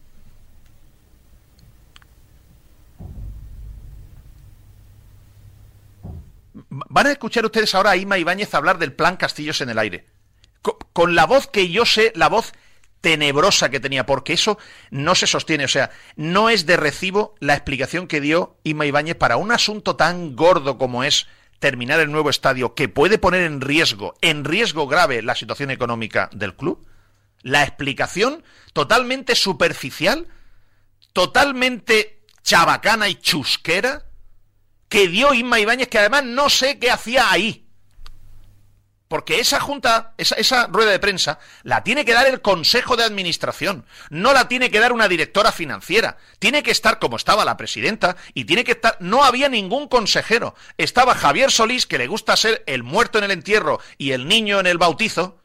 Van a escuchar ustedes ahora a Inma Ibáñez hablar del plan Castillos en el aire. Con la voz que yo sé, la voz tenebrosa que tenía, porque eso no se sostiene, o sea, no es de recibo la explicación que dio Inma Ibáñez para un asunto tan gordo como es terminar el nuevo estadio, que puede poner en riesgo, en riesgo grave la situación económica del club. La explicación totalmente superficial, totalmente chabacana y chusquera que dio Inma Ibáñez, que además no sé qué hacía ahí. Porque esa junta, esa, esa rueda de prensa, la tiene que dar el Consejo de Administración, no la tiene que dar una directora financiera. Tiene que estar como estaba la presidenta, y tiene que estar... No había ningún consejero. Estaba Javier Solís, que le gusta ser el muerto en el entierro y el niño en el bautizo.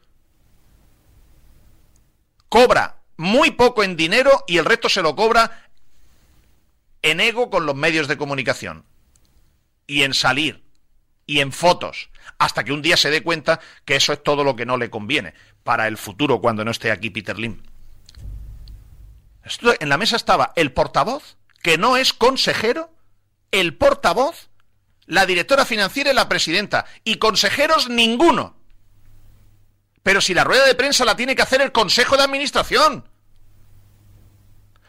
Cobra muy poco en dinero y el resto se lo cobra en ego con los medios de comunicación. Y en salir. Y en fotos, hasta que un día se dé cuenta que eso es todo lo que no le conviene para el futuro cuando no esté aquí Peter Lim. Esto, en la mesa estaba el portavoz, que no es consejero, el portavoz, la directora financiera y la presidenta, y consejeros ninguno. Pero si la rueda de prensa la tiene que hacer el Consejo de Administración.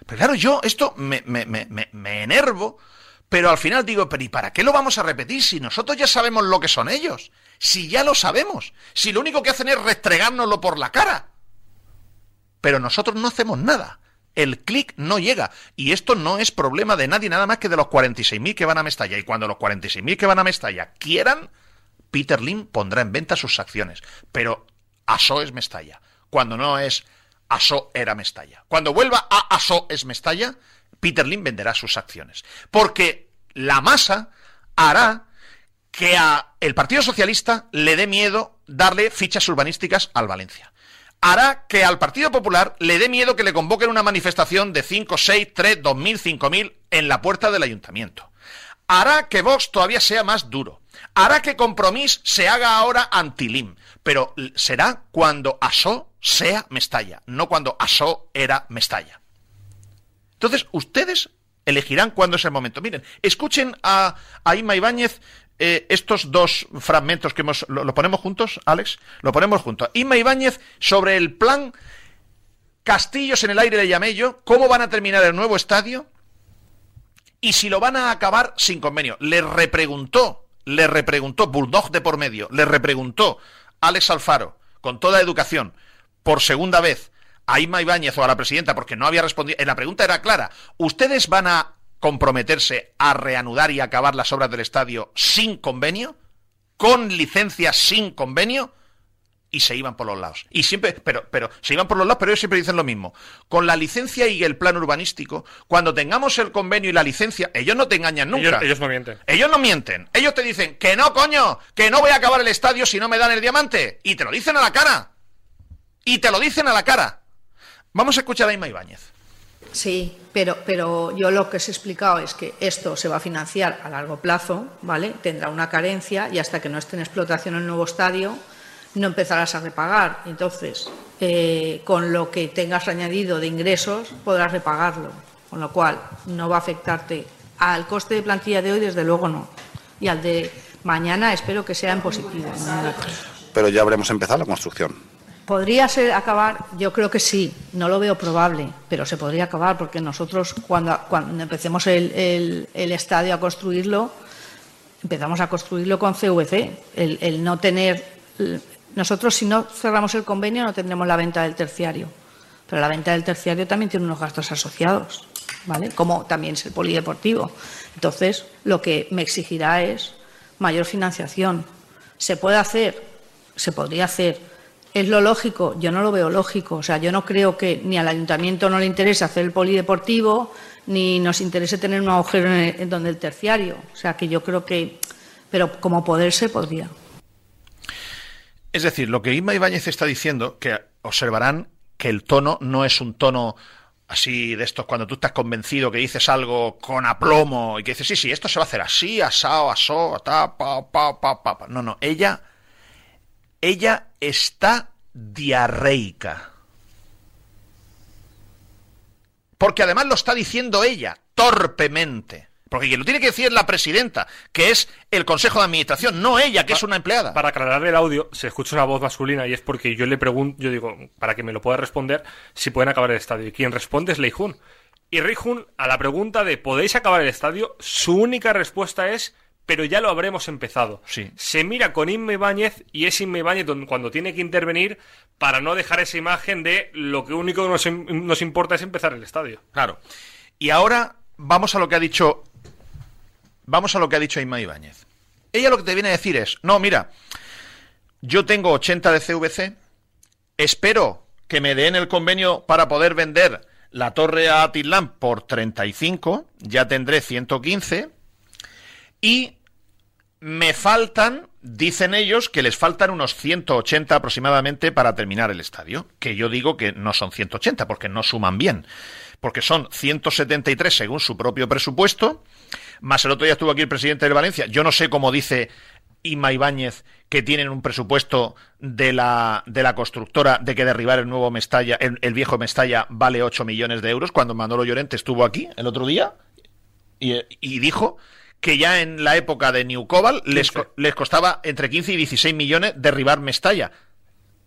Pero claro, yo esto me, me, me, me, me enervo, pero al final digo, pero ¿y para qué lo vamos a repetir si nosotros ya sabemos lo que son ellos? Si ya lo sabemos, si lo único que hacen es restregárnoslo por la cara. Pero nosotros no hacemos nada. El clic no llega. Y esto no es problema de nadie, nada más que de los cuarenta y seis mil que van a Mestalla. Y cuando los cuarenta y seis mil que van a Mestalla quieran, Peter Lim pondrá en venta sus acciones. Pero A S O es Mestalla. Cuando no es A S O era Mestalla. Cuando vuelva a A S O es Mestalla, Peter Lim venderá sus acciones. Porque la masa hará que a el Partido Socialista le dé miedo darle fichas urbanísticas al Valencia. Hará que al Partido Popular le dé miedo que le convoquen una manifestación de cinco, seis, tres, dos mil, cinco mil en la puerta del ayuntamiento. Hará que Vox todavía sea más duro. Hará que Compromís se haga ahora anti-Lim. Pero será cuando A S O sea Mestalla, no cuando A S O era Mestalla. Entonces, ustedes elegirán cuándo es el momento. Miren, escuchen a, a Inma Ibáñez. Eh, estos dos fragmentos que hemos... ¿lo, ¿Lo ponemos juntos, Alex? Lo ponemos juntos. Inma Ibáñez sobre el plan Castillos en el aire le llamé yo, cómo van a terminar el nuevo estadio y si lo van a acabar sin convenio. Le repreguntó, le repreguntó, Bulldog de por medio, le repreguntó Alex Alfaro, con toda educación, por segunda vez, a Inma Ibáñez o a la presidenta, porque no había respondido. La pregunta era clara. ¿Ustedes van a comprometerse a reanudar y acabar las obras del estadio sin convenio, con licencias sin convenio? Y se iban por los lados. Y siempre, pero, pero, se iban por los lados, pero ellos siempre dicen lo mismo. Con la licencia y el plan urbanístico, cuando tengamos el convenio y la licencia, ellos no te engañan nunca. Ellos, ellos no mienten. Ellos no mienten. Ellos te dicen que no, coño, que no voy a acabar el estadio si no me dan el diamante. Y te lo dicen a la cara. Y te lo dicen a la cara. Vamos a escuchar a Inma Ibáñez. Sí, pero, pero yo lo que os he explicado es que esto se va a financiar a largo plazo, ¿vale? Tendrá una carencia y hasta que no esté en explotación el nuevo estadio no empezarás a repagar. Entonces, eh, con lo que tengas añadido de ingresos podrás repagarlo, con lo cual no va a afectarte al coste de plantilla de hoy, desde luego no, y al de mañana espero que sea en positivo. ¿No? Pero ya habremos empezado la construcción. ¿Podría ser acabar? Yo creo que sí, no lo veo probable, pero se podría acabar porque nosotros cuando, cuando empecemos el, el, el estadio a construirlo, empezamos a construirlo con C V C. El, el no tener, nosotros si no cerramos el convenio no tendremos la venta del terciario, pero la venta del terciario también tiene unos gastos asociados, ¿vale? Como también es el polideportivo. Entonces, lo que me exigirá es mayor financiación. ¿Se puede hacer? Se podría hacer. ¿Es lo lógico? Yo no lo veo lógico. O sea, yo no creo que ni al ayuntamiento no le interese hacer el polideportivo, ni nos interese tener un agujero en, el, en donde el terciario. O sea, que yo creo que... Pero como poder se podría. Es decir, lo que Inma Ibáñez está diciendo, que observarán que el tono no es un tono así de estos cuando tú estás convencido que dices algo con aplomo y que dices, sí, sí, esto se va a hacer así, asao, asó, ta, pa, pa, pa, pa, pa. No, no, ella... Ella está diarreica. Porque además lo está diciendo ella, torpemente. Porque quien lo tiene que decir es la presidenta, que es el Consejo de Administración, no ella, que es una empleada. Para aclarar el audio, se escucha una voz masculina y es porque yo le pregunto, yo digo, para que me lo pueda responder, si pueden acabar el estadio. Y quien responde es Lei Jun. Y Lei Jun, a la pregunta de ¿podéis acabar el estadio?, su única respuesta es... pero ya lo habremos empezado. Sí. Se mira con Inma Ibáñez y es Inma Ibáñez cuando tiene que intervenir para no dejar esa imagen de lo que único que nos, nos importa es empezar el estadio. Claro. Y ahora vamos a lo que ha dicho vamos a lo que ha dicho Inma Ibáñez. Ella lo que te viene a decir es, no, mira, yo tengo ochenta de C V C, espero que me den el convenio para poder vender la torre a Atilán por treinta y cinco, ya tendré ciento quince... y me faltan, dicen ellos, que les faltan unos ciento ochenta aproximadamente para terminar el estadio. Que yo digo que no son ciento ochenta, porque no suman bien. Porque son ciento setenta y tres según su propio presupuesto. Más el otro día estuvo aquí el presidente del Valencia. Yo no sé cómo dice Inma Ibáñez que tienen un presupuesto de la, de la constructora de que derribar el nuevo Mestalla, el, el viejo Mestalla, vale ocho millones de euros, cuando Manolo Llorente estuvo aquí el otro día y, y dijo... que ya en la época de New Cobalt les, les costaba entre quince y dieciséis millones derribar Mestalla.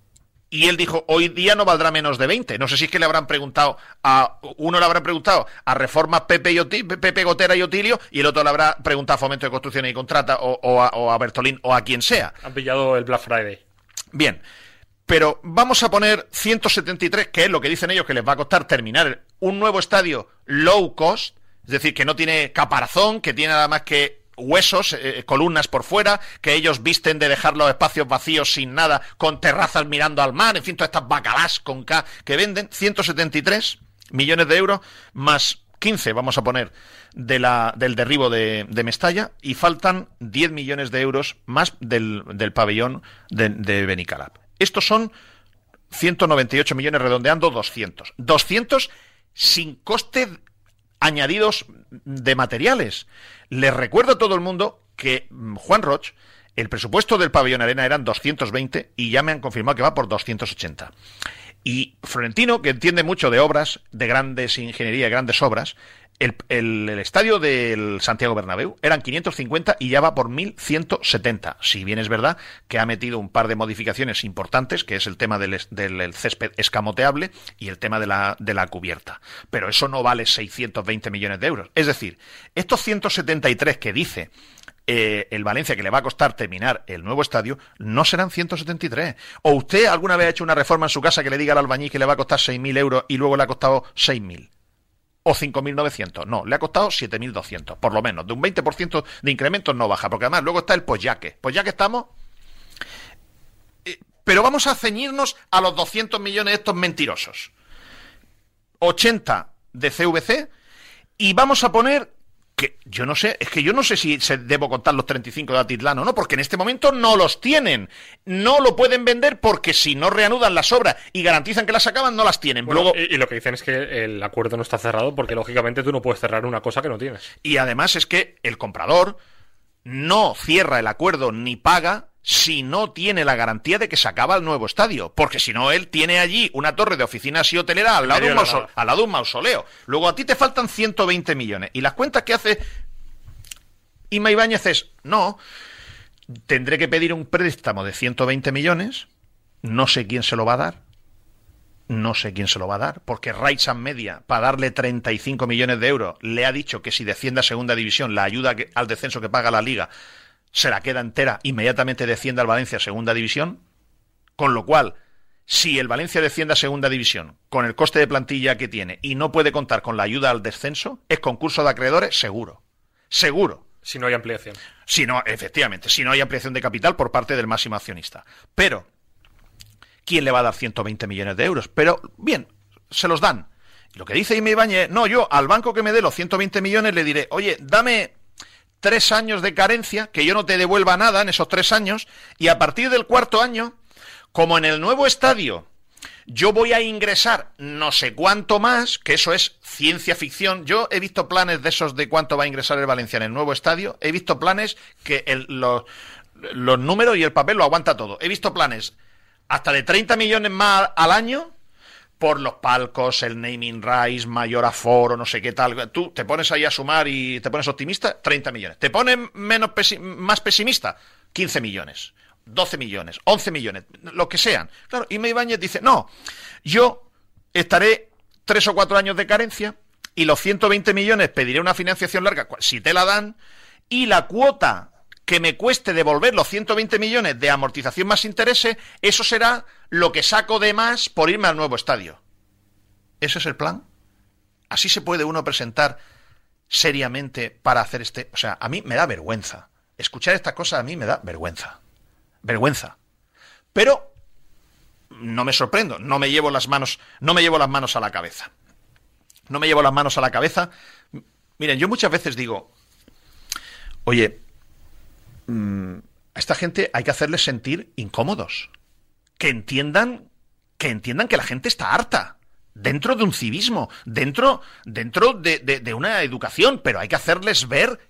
Y él dijo, hoy día no valdrá menos de veinte. No sé si es que le habrán preguntado a uno le habrá preguntado a Reformas Pepe, y Oti, Pepe Gotera y Otilio, y el otro le habrá preguntado a Fomento de Construcciones y Contrata o, o, a, o a Bertolín o a quien sea. Han pillado el Black Friday. Bien, pero vamos a poner ciento setenta y tres, que es lo que dicen ellos que les va a costar terminar un nuevo estadio low cost, es decir, que no tiene caparazón, que tiene nada más que huesos, eh, columnas por fuera, que ellos visten de dejar los espacios vacíos sin nada, con terrazas mirando al mar, en fin, todas estas bacalás con K que venden, ciento setenta y tres millones de euros, más quince, vamos a poner, de la, del derribo de, de Mestalla, y faltan diez millones de euros más del, del pabellón de, de Benicalap. Estos son ciento noventa y ocho millones, redondeando doscientos. doscientos sin coste añadidos de materiales. Les recuerdo a todo el mundo que Juan Roch, el presupuesto del pabellón Arena eran doscientos veinte y ya me han confirmado que va por doscientos ochenta. Y Florentino, que entiende mucho de obras, de grandes ingeniería, de grandes obras, el, el, el estadio del Santiago Bernabéu eran quinientos cincuenta y ya va por mil ciento setenta. Si bien es verdad que ha metido un par de modificaciones importantes, que es el tema del, del césped escamoteable y el tema de la, de la cubierta. Pero eso no vale seiscientos veinte millones de euros. Es decir, estos ciento setenta y tres que dice eh, el Valencia que le va a costar terminar el nuevo estadio, no serán ciento setenta y tres. ¿O usted alguna vez ha hecho una reforma en su casa que le diga al albañil que le va a costar seis mil euros y luego le ha costado seis mil? O cinco mil novecientos. No, le ha costado siete mil doscientos, por lo menos. De un veinte por ciento de incremento no baja, porque además luego está el pues ya que. Pues ya que estamos... Eh, pero vamos a ceñirnos a los doscientos millones estos mentirosos. ochenta de C V C y vamos a poner... que yo no sé, es que yo no sé si se debo contar los treinta y cinco de Atitlán o no, porque en este momento no los tienen. No lo pueden vender porque si no reanudan las obras y garantizan que las acaban, no las tienen. Bueno, Luego, y, y lo que dicen es que el acuerdo no está cerrado porque lógicamente tú no puedes cerrar una cosa que no tienes. Y además es que el comprador no cierra el acuerdo ni paga si no tiene la garantía de que se acaba el nuevo estadio, porque si no él tiene allí una torre de oficinas y hotelera al lado, de un mausole- al lado de un mausoleo. Luego a ti te faltan ciento veinte millones y las cuentas que hace Inma Ibáñez es, no, tendré que pedir un préstamo de ciento veinte millones, no sé quién se lo va a dar, no sé quién se lo va a dar, porque Rights and Media, para darle treinta y cinco millones de euros, le ha dicho que si desciende a segunda división, la ayuda que, al descenso que paga la Liga se la queda entera, inmediatamente desciende al Valencia a segunda división, con lo cual, si el Valencia desciende a segunda división, con el coste de plantilla que tiene, y no puede contar con la ayuda al descenso, es concurso de acreedores seguro, seguro. Si no hay ampliación. Si no, efectivamente, si no hay ampliación de capital por parte del máximo accionista. Pero, ¿quién le va a dar ciento veinte millones de euros? Pero, bien, se los dan. Lo que dice Inma Ibáñez, no, yo al banco que me dé los ciento veinte millones le diré, oye, dame tres años de carencia, que yo no te devuelva nada en esos tres años, y a partir del cuarto año, como en el nuevo estadio yo voy a ingresar no sé cuánto más, que eso es ciencia ficción. Yo he visto planes de esos de cuánto va a ingresar el Valencia en el nuevo estadio, he visto planes que el, los, los números y el papel lo aguanta todo. He visto planes hasta de treinta millones más al año, por los palcos, el naming rights, mayor aforo, no sé qué tal. Tú te pones ahí a sumar y te pones optimista, treinta millones. Te pones menos pesi- más pesimista, quince millones, doce millones, once millones, lo que sean. Claro, y Inma Ibáñez dice, no, yo estaré tres o cuatro años de carencia y los ciento veinte millones pediré una financiación larga, si te la dan, y la cuota que me cueste devolver los ciento veinte millones de amortización más intereses, eso será lo que saco de más por irme al nuevo estadio. ¿Ese es el plan? ¿Así se puede uno presentar seriamente para hacer este...? O sea, a mí me da vergüenza. Escuchar estas cosas a mí me da vergüenza. Vergüenza. Pero no me sorprendo, no me llevo las manos, no me llevo las manos a la cabeza. No me llevo las manos a la cabeza. Miren, yo muchas veces digo, oye, a esta gente hay que hacerles sentir incómodos, que entiendan que entiendan que la gente está harta, dentro de un civismo, dentro, dentro de, de, de una educación, pero hay que hacerles ver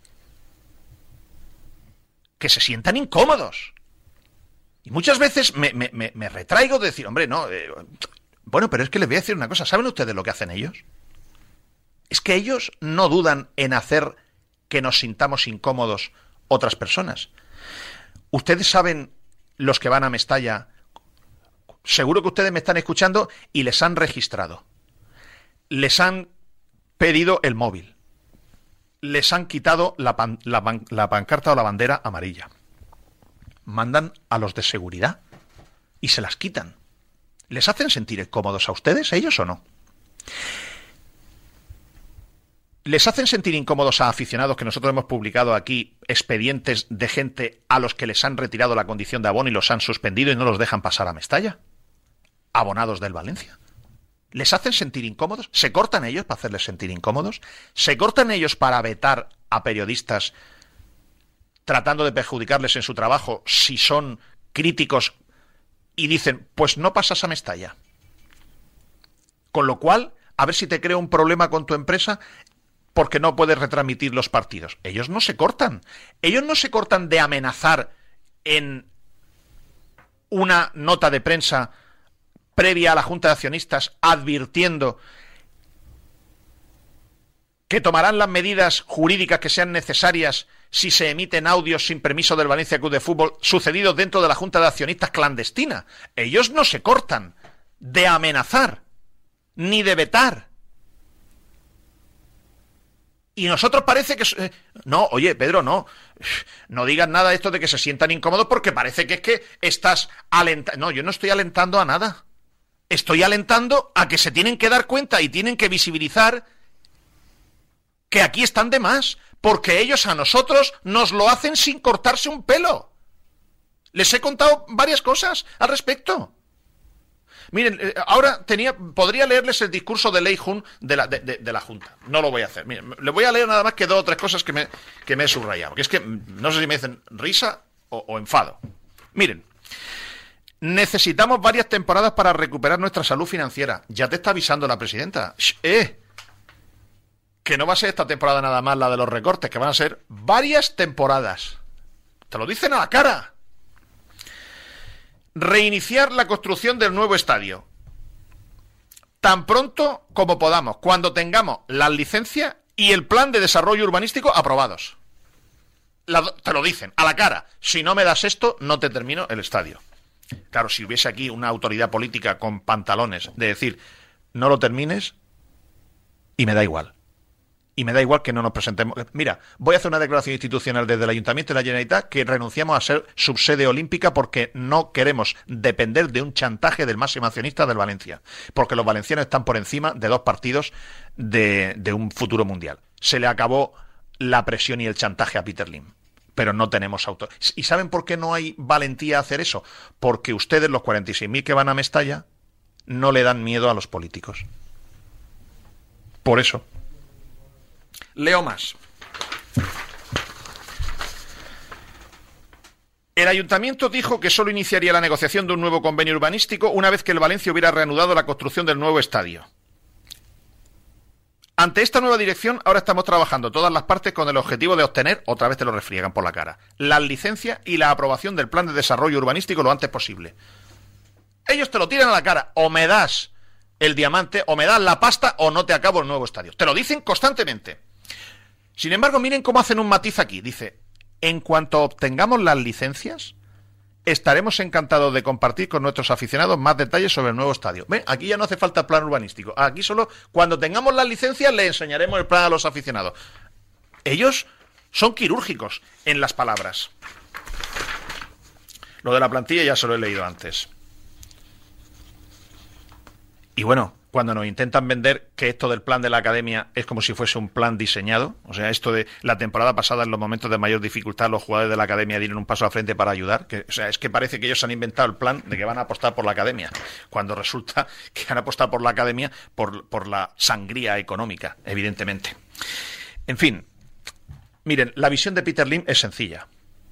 que se sientan incómodos. Y muchas veces me, me, me, me retraigo de decir, hombre, no, eh, bueno, pero es que les voy a decir una cosa, ¿saben ustedes lo que hacen ellos? Es que ellos no dudan en hacer que nos sintamos incómodos otras personas. Ustedes saben, los que van a Mestalla, seguro que ustedes me están escuchando y les han registrado. Les han pedido el móvil. Les han quitado la, pan, la, pan, la pancarta o la bandera amarilla. Mandan a los de seguridad y se las quitan. ¿Les hacen sentir incómodos a ustedes, ellos o no? ¿Les hacen sentir incómodos a aficionados que nosotros hemos publicado aquí expedientes de gente a los que les han retirado la condición de abono y los han suspendido y no los dejan pasar a Mestalla? ¿Abonados del Valencia? ¿Les hacen sentir incómodos? ¿Se cortan ellos para hacerles sentir incómodos? ¿Se cortan ellos para vetar a periodistas tratando de perjudicarles en su trabajo si son críticos y dicen, pues no pasas a Mestalla? Con lo cual, a ver si te creo un problema con tu empresa porque no puedes retransmitir los partidos. Ellos no se cortan. Ellos no se cortan de amenazar en una nota de prensa previa a la Junta de Accionistas advirtiendo que tomarán las medidas jurídicas que sean necesarias si se emiten audios sin permiso del Valencia Club de Fútbol sucedidos dentro de la Junta de Accionistas clandestina. Ellos no se cortan de amenazar ni de vetar. Y nosotros parece que... Eh, no, oye, Pedro, no. No digas nada de esto de que se sientan incómodos porque parece que es que estás alentando... No, yo no estoy alentando a nada. Estoy alentando a que se tienen que dar cuenta y tienen que visibilizar que aquí están de más, porque ellos a nosotros nos lo hacen sin cortarse un pelo. Les he contado varias cosas al respecto. Miren, eh, ahora tenía, podría leerles el discurso de Lei Jun de la, de, de, de la Junta. No lo voy a hacer. Miren, les voy a leer nada más que dos o tres cosas que me, que me he subrayado. Que es que no sé si me dicen risa o, o enfado. Miren, necesitamos varias temporadas para recuperar nuestra salud financiera. Ya te está avisando la presidenta. Shh, eh, que no va a ser esta temporada nada más la de los recortes, que van a ser varias temporadas. Te lo dicen a la cara. Reiniciar la construcción del nuevo estadio. Tan pronto como podamos, cuando tengamos las licencias y el plan de desarrollo urbanístico aprobados. La, te lo dicen, a la cara. Si no me das esto, no te termino el estadio. Claro, si hubiese aquí una autoridad política con pantalones de decir, no lo termines y me da igual. Y me da igual que no nos presentemos. Mira, voy a hacer una declaración institucional desde el Ayuntamiento de la Generalitat que renunciamos a ser subsede olímpica porque no queremos depender de un chantaje del máximo accionista del Valencia. Porque los valencianos están por encima de dos partidos de, de un futuro mundial. Se le acabó la presión y el chantaje a Peter Lim. Pero no tenemos autor. ¿Y saben por qué no hay valentía a hacer eso? Porque ustedes, los cuarenta y seis mil que van a Mestalla, no le dan miedo a los políticos. Por eso. Leo más. El ayuntamiento dijo que solo iniciaría la negociación de un nuevo convenio urbanístico una vez que el Valencia hubiera reanudado la construcción del nuevo estadio. Ante esta nueva dirección, ahora estamos trabajando todas las partes con el objetivo de obtener, otra vez te lo refriegan por la cara, las licencias y la aprobación del plan de desarrollo urbanístico lo antes posible. Ellos te lo tiran a la cara, o me das el diamante, o me das la pasta, o no te acabo el nuevo estadio. Te lo dicen constantemente. Sin embargo, miren cómo hacen un matiz aquí. Dice, en cuanto obtengamos las licencias, estaremos encantados de compartir con nuestros aficionados más detalles sobre el nuevo estadio. ¿Ven? Aquí ya no hace falta plan urbanístico. Aquí solo, cuando tengamos las licencias, le enseñaremos el plan a los aficionados. Ellos son quirúrgicos en las palabras. Lo de la plantilla ya se lo he leído antes. Y bueno, cuando nos intentan vender que esto del plan de la academia es como si fuese un plan diseñado, o sea, esto de la temporada pasada en los momentos de mayor dificultad los jugadores de la academia dieron un paso al frente para ayudar, que, o sea, es que parece que ellos han inventado el plan de que van a apostar por la academia, cuando resulta que han apostado por la academia por, por la sangría económica, evidentemente. En fin, miren, la visión de Peter Lim es sencilla.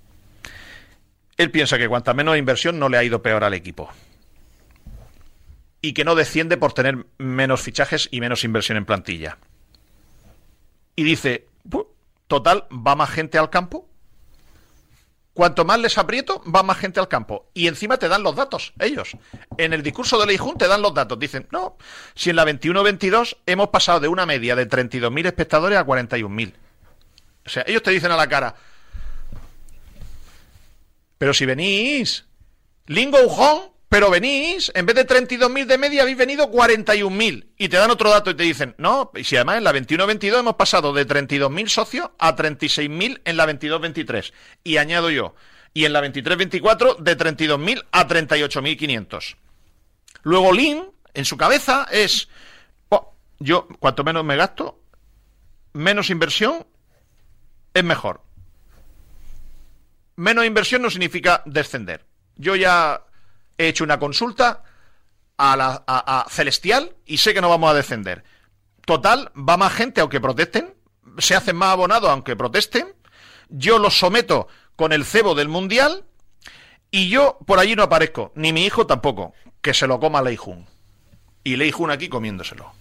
Él piensa que cuanta menos inversión no le ha ido peor al equipo. Y que no desciende por tener menos fichajes y menos inversión en plantilla. Y dice, total, ¿va más gente al campo? Cuanto más les aprieto, va más gente al campo. Y encima te dan los datos, ellos. En el discurso de Lei Jun te dan los datos. Dicen, no, si en la veintiuno veintidós hemos pasado de una media de treinta y dos mil espectadores a cuarenta y un mil. O sea, ellos te dicen a la cara, pero si venís, Lingo Ujón, pero venís, en vez de treinta y dos mil de media, habéis venido cuarenta y un mil. Y te dan otro dato y te dicen, no, y si además en la veintiuno veintidós hemos pasado de treinta y dos mil socios a treinta y seis mil en la veintidós veintitrés. Y añado yo, y en la veintitrés veinticuatro de treinta y dos mil a treinta y ocho mil quinientos. Luego Lin, en su cabeza, es, oh, yo, cuanto menos me gasto, menos inversión, es mejor. Menos inversión no significa descender. Yo ya he hecho una consulta a, la, a, a Celestial y sé que no vamos a descender. Total, va más gente aunque protesten, se hacen más abonados aunque protesten, yo los someto con el cebo del Mundial y yo por allí no aparezco, ni mi hijo tampoco, que se lo coma Lei Jun. Y Lei Jun aquí comiéndoselo.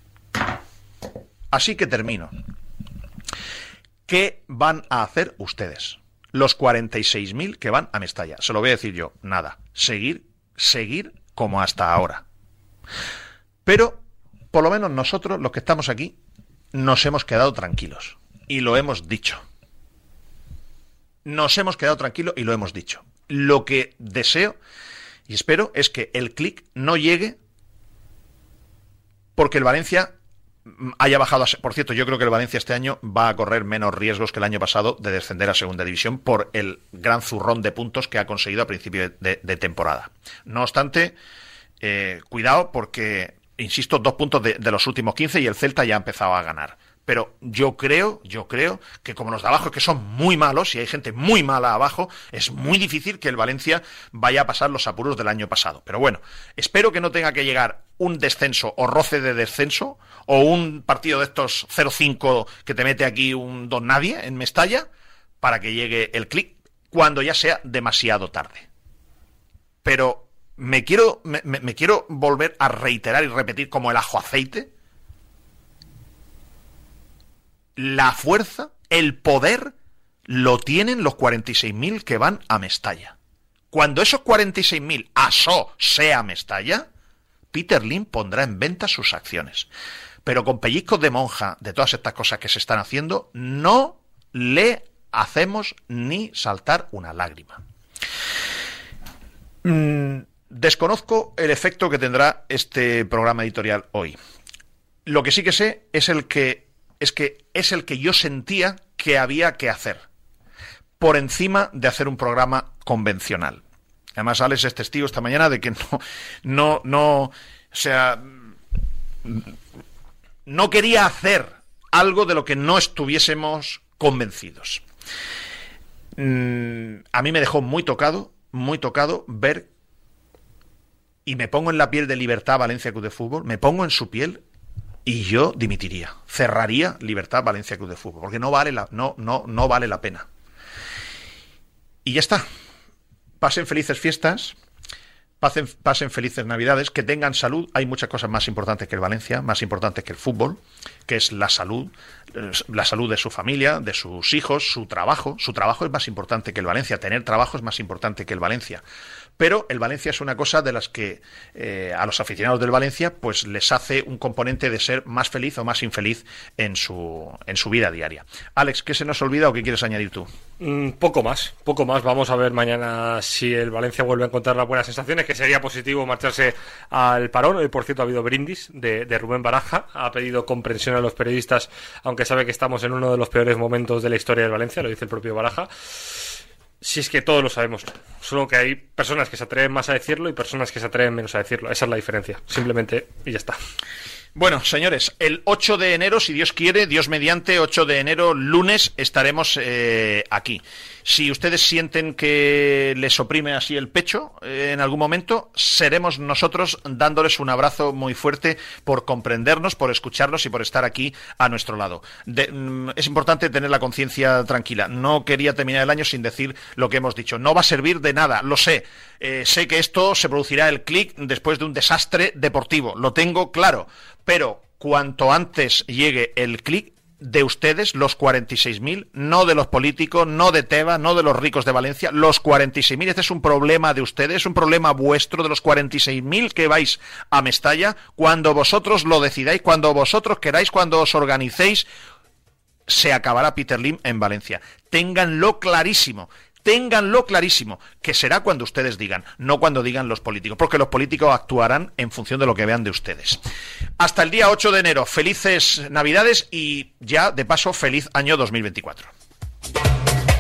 Así que termino. ¿Qué van a hacer ustedes? Los cuarenta y seis mil que van a Mestalla. Se lo voy a decir yo, nada. Seguir, seguir como hasta ahora. Pero, por lo menos nosotros, los que estamos aquí, nos hemos quedado tranquilos. Y lo hemos dicho. Nos hemos quedado tranquilos y lo hemos dicho. Lo que deseo y espero es que el clic no llegue porque el Valencia haya bajado a... Por cierto, yo creo que el Valencia este año va a correr menos riesgos que el año pasado de descender a segunda división por el gran zurrón de puntos que ha conseguido a principio de, de, de temporada. No obstante, eh, cuidado porque, insisto, dos puntos de, de los últimos quince y el Celta ya ha empezado a ganar. Pero yo creo, yo creo que como los de abajo, que son muy malos, y hay gente muy mala abajo, es muy difícil que el Valencia vaya a pasar los apuros del año pasado. Pero bueno, espero que no tenga que llegar un descenso o roce de descenso, o un partido de estos cero cinco que te mete aquí un don nadie en Mestalla, para que llegue el clic cuando ya sea demasiado tarde. Pero me quiero, me, me, me quiero volver a reiterar y repetir como el ajo aceite. La fuerza, el poder, lo tienen los cuarenta y seis mil que van a Mestalla. Cuando esos cuarenta y seis mil a S O sea Mestalla, Peter Lim pondrá en venta sus acciones. Pero con pellizcos de monja de todas estas cosas que se están haciendo, no le hacemos ni saltar una lágrima. Mm, desconozco el efecto que tendrá este programa editorial hoy. Lo que sí que sé es el que es que es el que yo sentía que había que hacer, por encima de hacer un programa convencional. Además, Alex es testigo esta mañana de que no, no, no, o sea, no quería hacer algo de lo que no estuviésemos convencidos. Mm, a mí me dejó muy tocado, muy tocado ver, y me pongo en la piel de Libertad Valencia Club de Fútbol, me pongo en su piel. Y yo dimitiría, cerraría Libertad Valencia Club de Fútbol, porque no vale la, no, no, no vale la pena. Y ya está. Pasen felices fiestas, pasen, pasen felices Navidades, que tengan salud. Hay muchas cosas más importantes que el Valencia, más importantes que el fútbol, que es la salud, la salud de su familia, de sus hijos, su trabajo. Su trabajo es más importante que el Valencia, tener trabajo es más importante que el Valencia. Pero el Valencia es una cosa de las que eh, a los aficionados del Valencia pues les hace un componente de ser más feliz o más infeliz en su, en su vida diaria. Alex, ¿qué se nos olvida o qué quieres añadir tú? Mm, poco más, poco más. Vamos a ver mañana si el Valencia vuelve a encontrar las buenas sensaciones, que sería positivo marcharse al parón. Hoy, por cierto, ha habido brindis de, de Rubén Baraja. Ha pedido comprensión a los periodistas, aunque sabe que estamos en uno de los peores momentos de la historia del Valencia, lo dice el propio Baraja. Si es que todos lo sabemos, solo que hay personas que se atreven más a decirlo y personas que se atreven menos a decirlo. Esa es la diferencia, simplemente, y ya está. Bueno, señores, el ocho de enero, si Dios quiere, Dios mediante, ocho de enero, lunes, estaremos eh, aquí. Si ustedes sienten que les oprime así el pecho eh, en algún momento, seremos nosotros dándoles un abrazo muy fuerte por comprendernos, por escucharnos y por estar aquí a nuestro lado. De, mm, es importante tener la conciencia tranquila. No quería terminar el año sin decir lo que hemos dicho. No va a servir de nada, lo sé. Eh, sé que esto se producirá el clic después de un desastre deportivo, lo tengo claro. Pero cuanto antes llegue el clic de ustedes, los cuarenta y seis mil, no de los políticos, no de Teba, no de los ricos de Valencia, los cuarenta y seis mil, este es un problema de ustedes, es un problema vuestro, de los cuarenta y seis mil que vais a Mestalla, cuando vosotros lo decidáis, cuando vosotros queráis, cuando os organicéis, se acabará Peter Lim en Valencia. Ténganlo clarísimo. ténganlo clarísimo, que será cuando ustedes digan, no cuando digan los políticos, porque los políticos actuarán en función de lo que vean de ustedes. Hasta el día ocho de enero, felices Navidades y ya, de paso, feliz año dos mil veinticuatro.